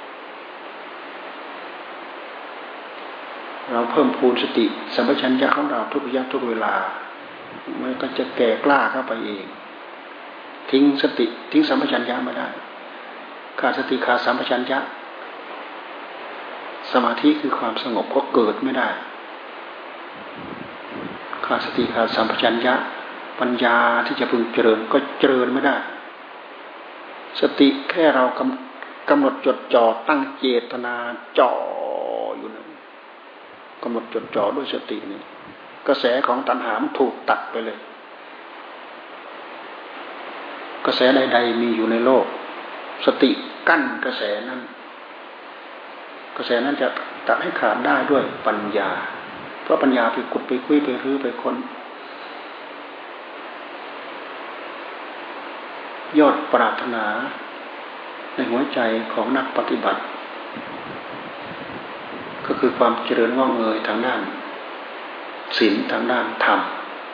เราเพิ่มพูนสติสัมปชัญญะของเราทุกระยะทุกเวลามันก็จะแก่กล้าเข้าไปเองทิ้งสติทิ้งสัมปชัญญะไม่ได้ขาดสติขาดสัมปชัญญะสมาธิคือความสงบก็เกิดไม่ได้ขาดสติขาดสัมปชัญญะปัญญาที่จะพึงเจริญก็เจริญไม่ได้สติแค่เรากำกำหนดจดจ่อตั้งเจตนาจ่ออยู่นั้นกำหนดจดจ่อด้วยสตินี่กระแสของตัณหามันถูกตัดไปเลยกระแสใดๆมีอยู่ในโลกสติกั้นกระแสนั้นกระแสนั้นจะตัดให้ขาดได้ด้วยปัญญาเพราะปัญญาไปขุดไปคุยไปรื้อไปค้นยอดปรารถนาในหัวใจของนักปฏิบัติก็คือความเจริญงอกเงยทางด้านศีลทางด้านธรรม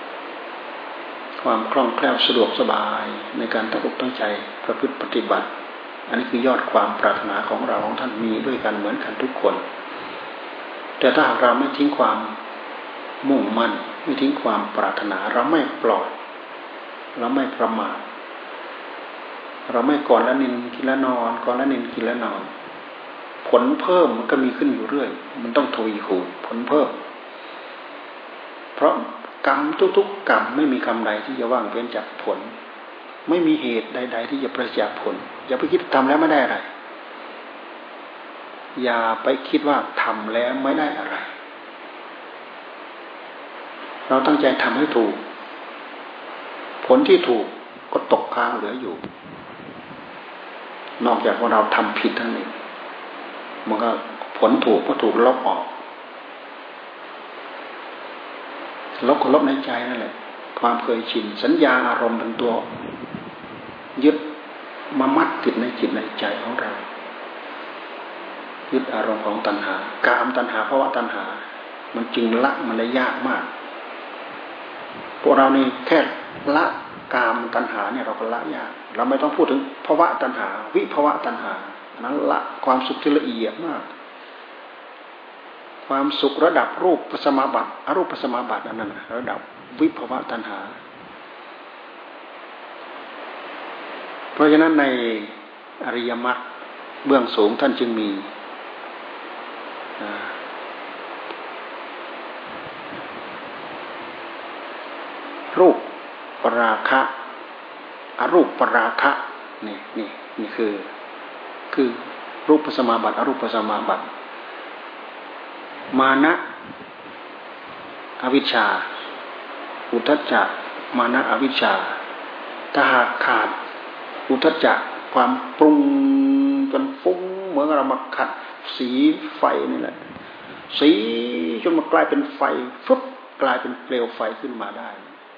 ความคล่องแคล่วสะดวกสบายในการตั้งอกตั้งใจประพฤติปฏิบัติอันนี้คือยอดความปรารถนาของเราของท่านมีด้วยกันเหมือนกันทุกคนแต่ถ้าหากเราไม่ทิ้งความมุ่งมั่นไม่ทิ้งความปรารถนาเราไม่ปล่อยเราไม่ประมาทเราไม่ก่อนละนินกินละนอนก่อนละนินกินละนอนผลเพิ่มมันก็มีขึ้นอยู่เรื่อยมันต้องทวีคูณผลเพิ่มเพราะกรรมทุกๆกรรมไม่มีกรรมใดที่จะว่างเว้นจากผลไม่มีเหตุใดๆที่จะประจักษ์ผลอย่าไปคิดทำแล้วไม่ได้อะไรอย่าไปคิดว่าทำแล้วไม่ได้อะไรเราตั้งใจทำให้ถูกผลที่ถูกก็ตกค้างเหลืออยู่นอกจากว่าเราทำผิดทั้งนี้มันก็ผลถูกก็ถูกลบออกลบก็ลบในใจนั่นแหละความเคยชินสัญญาอารมณ์เป็นตัวยึดมามัดติดในจิตในใจของเรายึดอารมณ์ของตัณหากามตัณหาภวะตัณหามันจึงละมันได้ยากมากพวกเรานี่แค่ละกามตัณหาเนี่ยเราก็ละยากเราไม่ต้องพูดถึงภวะตัณหาวิภวะตัณหานั้นละความสุขที่ละเอียดมากความสุขระดับรูปสมาบัติอรูปสมาบัติอันนั้นระดับวิภวะตัณหาเพราะฉะนั้นในอริยมรรคเบื้องสูงท่านจึงมีรูปปราคะอรูปปราคะนี่นี่นี่คือคือรูปสมาบัติอรูปสมาบัติมานะอวิชชาอุทธัจจะมานะอวิชชาถ้าหากขาดอุทธัจจะความปรุงจนฟุ้งเหมือนเรามาขัดสีไฟนี่แหละสีจนมากลายเป็นไฟฟึบกลายเป็นเปลวไฟขึ้นมาได้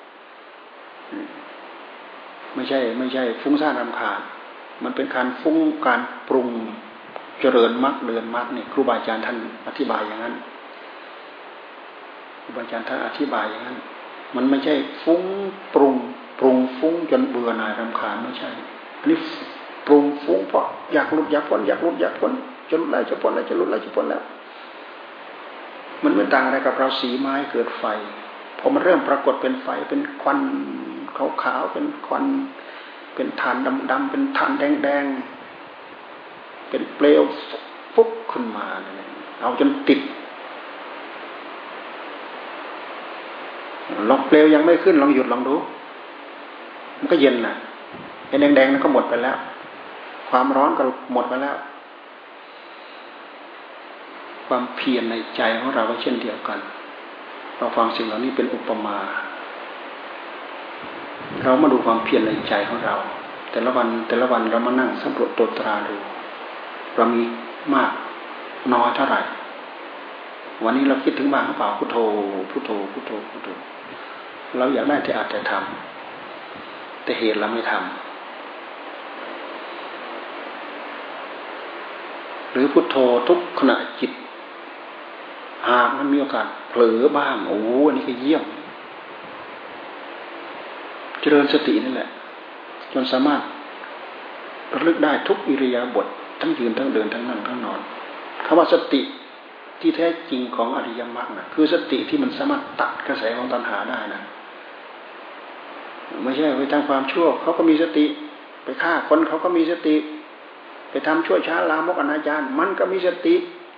ไม่ใช่ไม่ใช่ฟุ้งซ่านรำคาญมันเป็นการฟุ้งการปรุงเจริญมรรคเดินมรรคเนี่ยครูบาอาจารย์ท่านอธิบายอย่างนั้นครูบาอาจารย์ท่านอธิบายอย่างนั้นมันไม่ใช่ฟุ้งปรุงปรุงฟุ้งจนเบื่อหน่ายรำคาญไม่ใช่อันนี้ปรุงฟุ้งเพราะอยากหลุดอยากพ้นอยากหลุดอยากพ้นจะหลุดแล้วจะพ้นแล้วจะหลุดแล้วจะพ้นแล้วมันไม่ต่างอะไรกับเราสีไม้เกิดไฟพอมันเริ่มปรากฏเป็นไฟเป็นควันขาวๆเป็นควันเป็นฐานดำๆเป็นฐานแดงๆเป็นเปลวฟุบขึ้นมาเนี่ยเอาจนติดลองเปลวยังไม่ขึ้นลองหยุดลองดูมันก็เย็นน่ะไอ้แดงๆนั้นก็หมดไปแล้วความร้อนก็หมดไปแล้วความเพียรในใจของเราก็เช่นเดียวกันเราฟังสิ่งเหล่านี้เป็นอุปมาเรามาดูความเพียรในใจของเราแต่ละวันแต่ละวันเรามานั่งสำรวจตรวจตราดูเรามีมากน้อยเท่าไหร่วันนี้เราคิดถึงบ้างหรือเปล่าพุทโธพุทโธพุทโธพุทโธเราอยากได้แต่อาจจะทำแต่เหตุเราไม่ทำหรือพุทโธทุกขณะจิตหากมันมีโอกาสเผลอบ้างโอ้อันนี้ก็เยี่ยมเจริญสตินี่แหละจนสามารถระลึกได้ทุกอิริยาบถทั้งยืนทั้งเดินทั้งนั่งทั้งนอนคำว่าสติที่แท้จริงของอริยมรรคนะคือสติที่มันสามารถตัดกระแสของตัณหาได้นะไม่ใช่ไปทำความชั่วเขาก็มีสติไปฆ่าคนเขาก็มีสติไปทำชั่วช้าลามกอนาจารมันก็มีสติ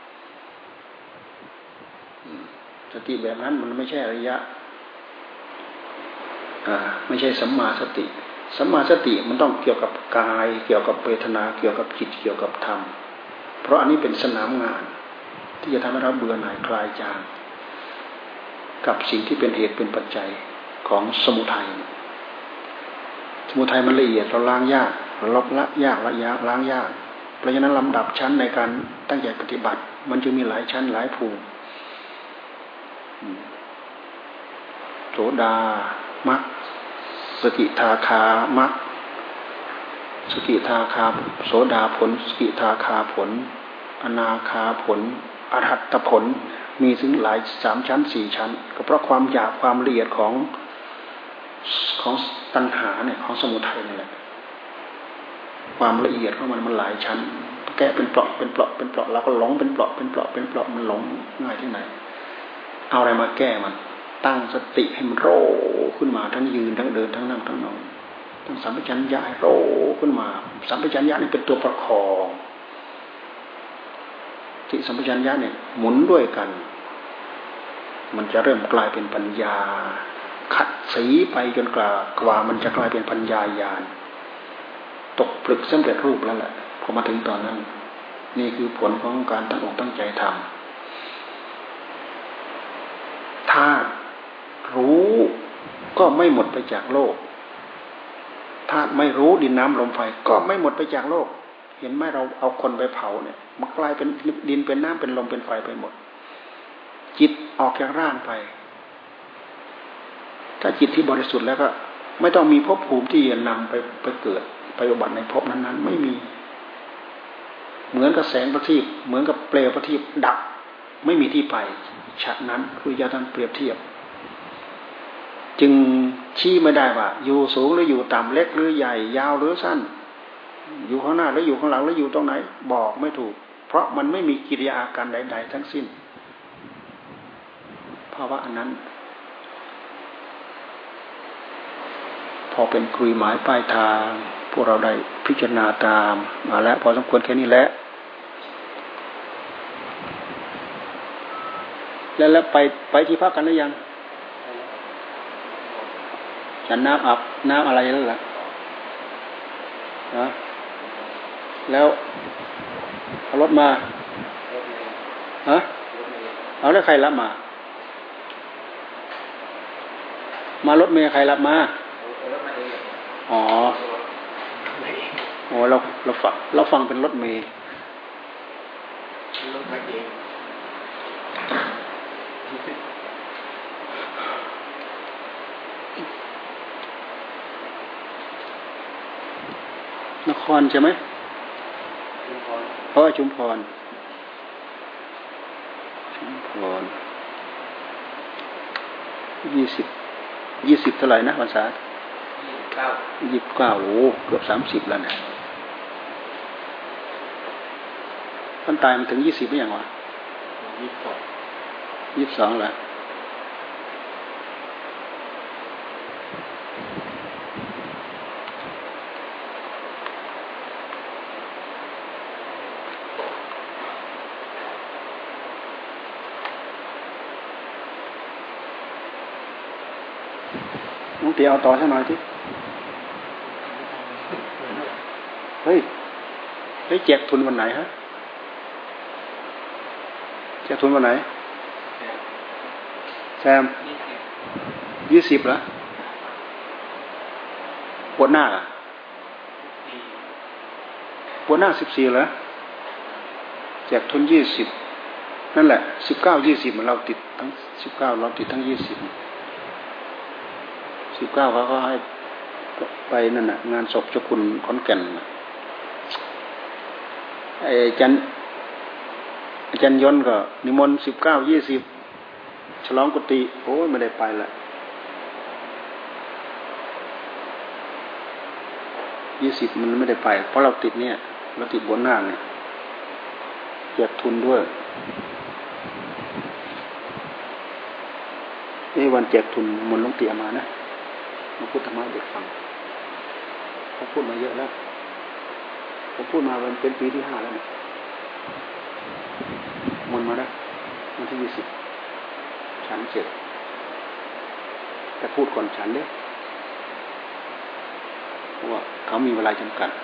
สติแบบนั้นมันไม่ใช่อริยะอ่าไม่ใช่สัมมาสติสัมมาสติมันต้องเกี่ยวกับกายเกี่ยวกับเวทนาเกี่ยวกับจิตเกี่ยวกับธรรมเพราะอันนี้เป็นสนามงานที่จะทำให้เราเบื่อหน่ายคลายจางกับสิ่งที่เป็นเหตุเป็นปัจจัยของสมุทัยสมุทัยมันละเอียดเราล้างยากลบละยากละยากล้างยากเพราะฉะนั้นลำดับชั้นในการตั้งใจปฏิบัติมันจึงมีหลายชั้นหลายภูมิโสดามรรคสกิทาคามรรคสกิทาคาโสดาผลสกิทาคาผลอนาคาผลอรหัตผลมีถึงหลายสามชั้นสี่ชั้นก็เพราะความหยาบความละเอียดของของตัณหาเนี่ยของสมุทัยนี่แหละความละเอียดของมันมันหลายชั้นแกะเป็นเปราะเป็นเปราะเป็นเปราะแล้วก็หลงเป็นเปราะเป็นเปราะเป็นเปราะมันหลงง่ายที่ไหนเอาอะไรมาแก้มันตั้งสติให้มันโรขึ้นมาทั้งยืนทั้งเดินทั้งนั่งทั้งนอนต้องสัมปชัญญะให้โรขึ้นมาสัมปชัญญะนี่เป็นตัวประคองที่สัมปชัญญะเนี่ยหมุนด้วยกันมันจะเริ่มกลายเป็นปัญญาขัดสีไปจนกว่ากว่ามันจะกลายเป็นปัญญาญาณตกผลึกสำเร็จรูปแล้วแหละพอมาถึงตอนนั้นนี่คือผลของการตั้งอกตั้งใจทำถ้ารู้ก็ไม่หมดไปจากโลกถ้าไม่รู้ดินน้ำลมไฟก็ไม่หมดไปจากโลกเห็นไหมเราเอาคนไปเผาเนี่ยมันกลายเป็นดินเป็นน้ำเป็นลมเป็นไฟไปหมดจิตออกจากร่างไปถ้าจิตที่บริสุทธิ์แล้วก็ไม่ต้องมีภพภูมิที่จะนำไปไปเกิดไปอุบัติในภพนั้นๆไม่มีเหมือนกับแสงประทีปเหมือนกับเปลวประทีปดับไม่มีที่ไปฉะนั้นพระพุทธเจ้าท่านเปรียบเทียบจึงชี้ไม่ได้ว่าอยู่สูงหรืออยู่ต่ำเล็กหรือใหญ่ยาวหรือสั้นอยู่ข้างหน้าหรืออยู่ข้างหลังหรืออยู่ตรงไหนบอกไม่ถูกเพราะมันไม่มีกิริยาอาการใดๆทั้งสิ้นภาวะอันนั้นพอเป็นกลุยหมายปลายทางพวกเราได้พิจารณาตามมาแล้วพอสมควรแค่นี้แหละแล้วแล้วไปไปที่พักกันหรือยังฉันน้ำอาบน้ำอะไรแล้วล่ะนะแล้วเอารถมาฮะเอาแล้วใครรับมามารถเมล์ใครรับมาอ๋อโอ้เราเราฟังเราฟังเป็นรถเมล์นครใช่ไหมเพราะชุมพรชุมพรยี่สิบยี่สิบเท่าไหร่นะภาษาเก้ายี่สิบเก้าโอ้เกือบสามสิบแล้วเนี่ยท่านตายมันถึงยี่สิบไม่อย่างวะยี่สิบสองยี่สิบสองเหรอน้องเตี๋ยเอาต่อสักหน่อยทีเฮ้ยเฮ้ยแจกทุนวันไหนฮะแจกทุนวันไหนแซมยี่สิบเหรอปวดหน้าอ่ะปวดหน้าสิบสี่เหรอแจกทุนยี่สิบนั่นแหละสิบเก้ายี่สิบมันเราติดทั้งสิบเก้าเราติดทั้งยี่สิบสิบเก้าเขาก็ให้ไปนั่นน่ะงานศพเจ้าคุณขอนแก่นไอ้อาจารย์อาจารย์ยนต์ก็นิมนต์สิบเก้ายี่สิบฉลองกุฏิโอ้ยไม่ได้ไปละยี่สิบมันไม่ได้ไปเพราะเราติดเนี่ยเราติดบนหน้าเนี่ยแจกทุนด้วยนี่วันแจกทุนมันลงเตียมานะมาพูดธรรมะเด็กฟังเขาพูดมาเยอะแล้วผมพูดมาเป็นปีที่ห้าแล้วเนี่ยมันมาแล้ววันที่ยี่สิบฉันเสร็จแต่พูดก่อนฉันเด้เพราะว่าเขามีเวลาจำกัด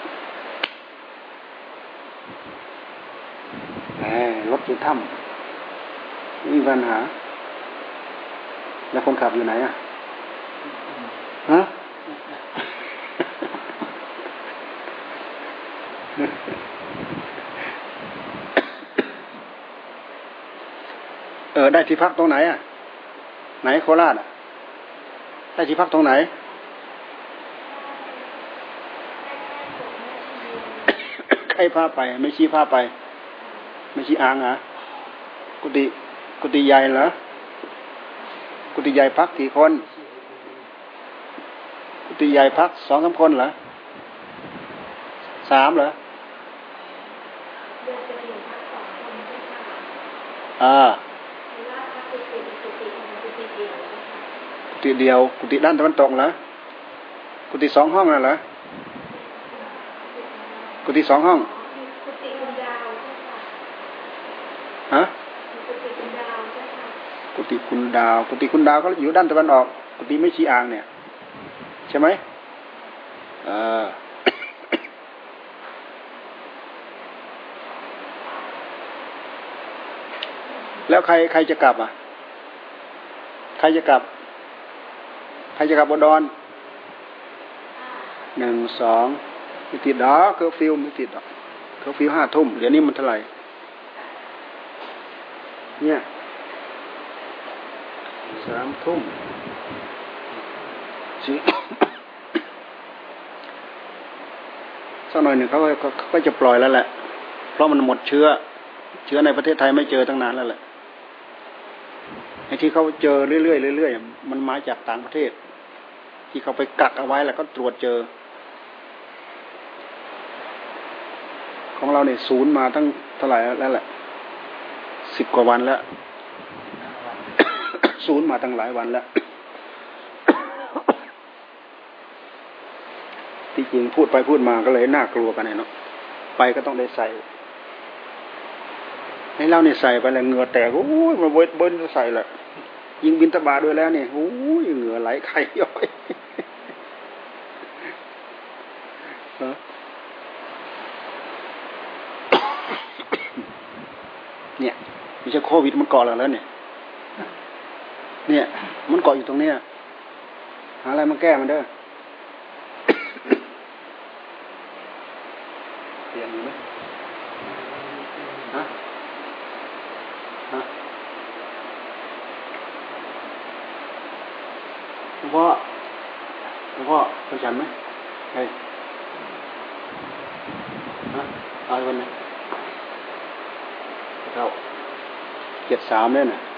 แหมรถอยู่ถ้ำไม่มีปัญหาแล้วคนขับอยู่ไหนอ่ะฮะเออได้ที่พักตรงไหนอ่ะไหนโคราชอ่ะได้ที่พักตรงไหนใครพาไปไม่ชี้พาไปไม่ชี้อ้างเหรอกุฏิกุฏิใหญ่เหรอกุฏิใหญ่พักกี่คนกุฏิใหญ่พักสองสามคนเหรอสามเหรออ่ากุฏิเดียวกุฏิด้านตะวันตกเหรอกุฏิสองห้องน่ะเหรอกุฏิสองห้องฮะกุฏิคุณดาวกุฏิคุณดาวก็อยู่ด้านตะวันออกกุฏิไม่ชี้อ่างเนี่ยใช่ไหมเออ แล้วใครใครจะกลับอ่ะใครจะกลับใครจะกลับอุดรหนึ่งสองไม่ติดดอกเคอร์ฟิวไม่ติดดอกเคอร์ฟิวห้าทุ่มเดี๋ยวนี้มันเท่าไหร่เนี่ยสามทุ่มสี่สักหน่อยหนึ่งเขาก็เขาก็จะปล่อยแล้วแหละเพราะมันหมดเชื้อเชื้อในประเทศไทยไม่เจอตั้งนานแล้วแหละไอ้ที่เขาเจอเรื่อยๆเรื่อยๆมันมาจากต่างประเทศที่เขาไปกักเอาไว้แล้วก็ตรวจเจอของเราเนี่ยศูนย์มาตั้งเท่าไหร่แล้วแหละสิบกว่าวันแล้วศูนย์มาตั้งหลายวันแล้วที่จริงพูดไปพูดมาก็เลยน่ากลัวกันเนาะไปก็ต้องได้ใส่ให้เราเนี่ยใส่ไปแล้วเหงื่อแตกโอ้ยมาเบิ้ลเบิ้ลใส่แหละยิงบินตบาด้วยแล้วเนี่ยโอ้ยเหงื่อไหลไข่ย้อยเนี่ยไม่ใช่โควิดมันเกาะเราแล้วเนี่ยเนี่ยมันเกาะอยู่ตรงเนี้ยหาอะไรมาแก้มันเด้อเปลี่ยนอยู่ไหมฮะฮะหลวงพ่อหลวงพ่อไปฉันไหมเฮ้ยฮะเอาวันไหนเข้าเจ็ดสามเนี่ยนะ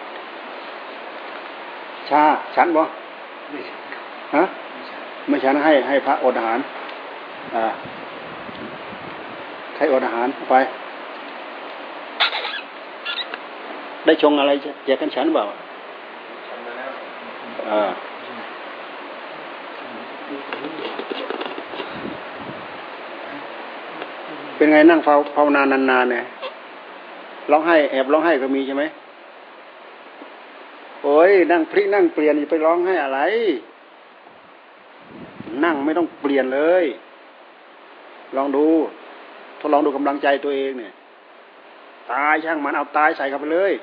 ชาฉันบ่ฮะไม่ฉันให้ให้พระอดอาหารอ่าใครอดอาหารไปได้ชงอะไรแจกกันฉันเปล่าอ่าเป็นไงนั่งภาวนานานๆเนี่ยร้องไห้แอบร้องไห้ก็มีใช่ไหมโอ้ยนั่งพลิกนั่งเปลี่ยนอย่าไปร้องไห้อะไรนั่งไม่ต้องเปลี่ยนเลยลองดูทดลองดูกำลังใจตัวเองเนี่ยตายช่างมันเอาตายใส่เข้าไปเลย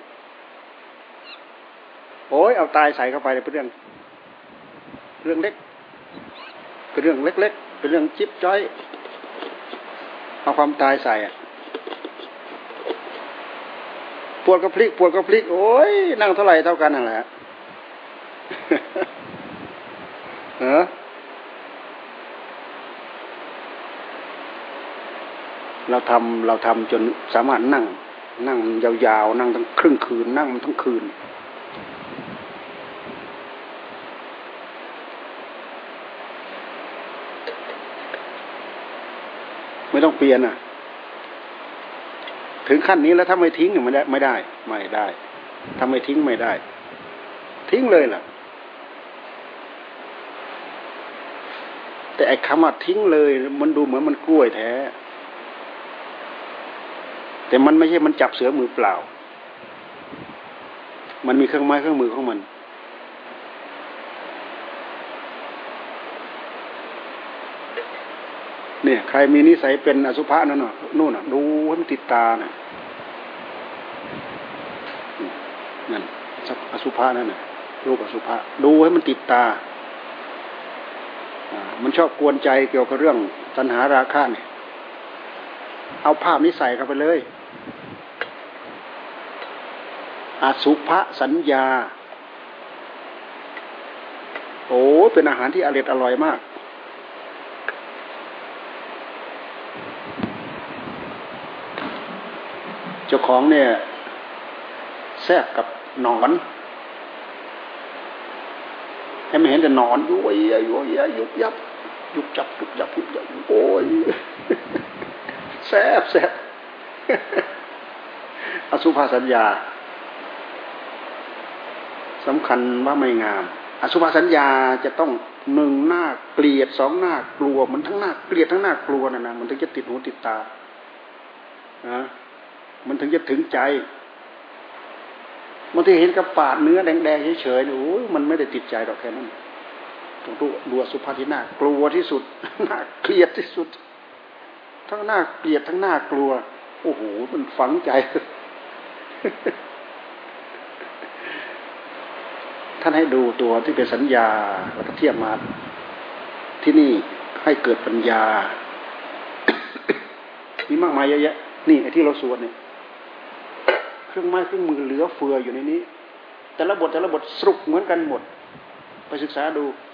โอ้ยเอาตายใส่เข้าไปเป็นเรื่องเรื่องเล็กเป็นเรื่องเล็กๆเป็นเรื่องจิ๊บจ้อยเอาความตายใส่อะปวดก็พลิกปวดก็พลิกโอ้ยนั่งเท่าไหร่เท่ากันนั่นแหละเออเราทำเราทำจนสามารถนั่งนั่งยาวๆนั่งทั้งครึ่งคืนนั่งมันทั้งคืนไม่ต้องเปลี่ยนอ่ะถึงขั้นนี้แล้วถ้าไม่ทิ้งไม่ได้ไม่ได้ไม่ได้ถ้าไม่ทิ้งไม่ได้ทิ้งเลยล่ะแต่ไอ้คำว่าทิ้งเลยมันดูเหมือนมันกล้วยแท้แต่มันไม่ใช่มันจับเสือมือเปล่ามันมีเครื่องไม้เครื่องมือของมันเนี่ยใครมีนิสัยเป็นอสุภะนั่นน่ะนู่นน่ะดูให้มันติดตาน่ะนั่นอสุภะนั่นน่ะรูปอสุภะดูให้มันติดตามันชอบกวนใจเกี่ยวกับเรื่องตัณหาราคะเนี่ยเอาภาพนี้ใส่เข้าไปเลยอสุภสัญญาโอ้เป็นอาหารที่อร่อยอร่อยมากเจ้าของเนี่ยแทรกกับหนอนให้ไม่เห็นแต่หนอนยุ่ยยุ่ยยุบยับยุบจับยุบยับยุบยับโอ้ยแซ่บแซ่บอสุภสัญญาสำคัญว่าไม่งามอสุภสัญญาจะต้องหนึ่งหน้าเกลียดสองหน้ากลัวมันทั้งหน้าเกลียดทั้งหน้ากลัวน่ะนะมันถึงจะติดหูติดตานะมันถึงจะถึงใจบางทีเห็นกระปาดเนื้อแดงๆเฉยๆโอ้ยมันไม่ได้ติดใจหรอกแค่นั้นต้องดูดูอสุภะที่น่ากลัวที่สุดน่าเกลียดที่สุดทั้งหน้าเกลียดทั้งหน้ากลัวโอ้โหมันฝังใจท่านให้ดูตัวที่เป็นสัญญาแล้วก็เทียบมาที่นี่ให้เกิดปัญญามีมากมายเยอะแยะนี่ไอ้ที่เราสวดเนี่ยเครื่องไม้เครื่องมือเหลือเฟืออยู่ในนี้แต่ละบทแต่ละบทสรุปเหมือนกันหมดไปศึกษาดู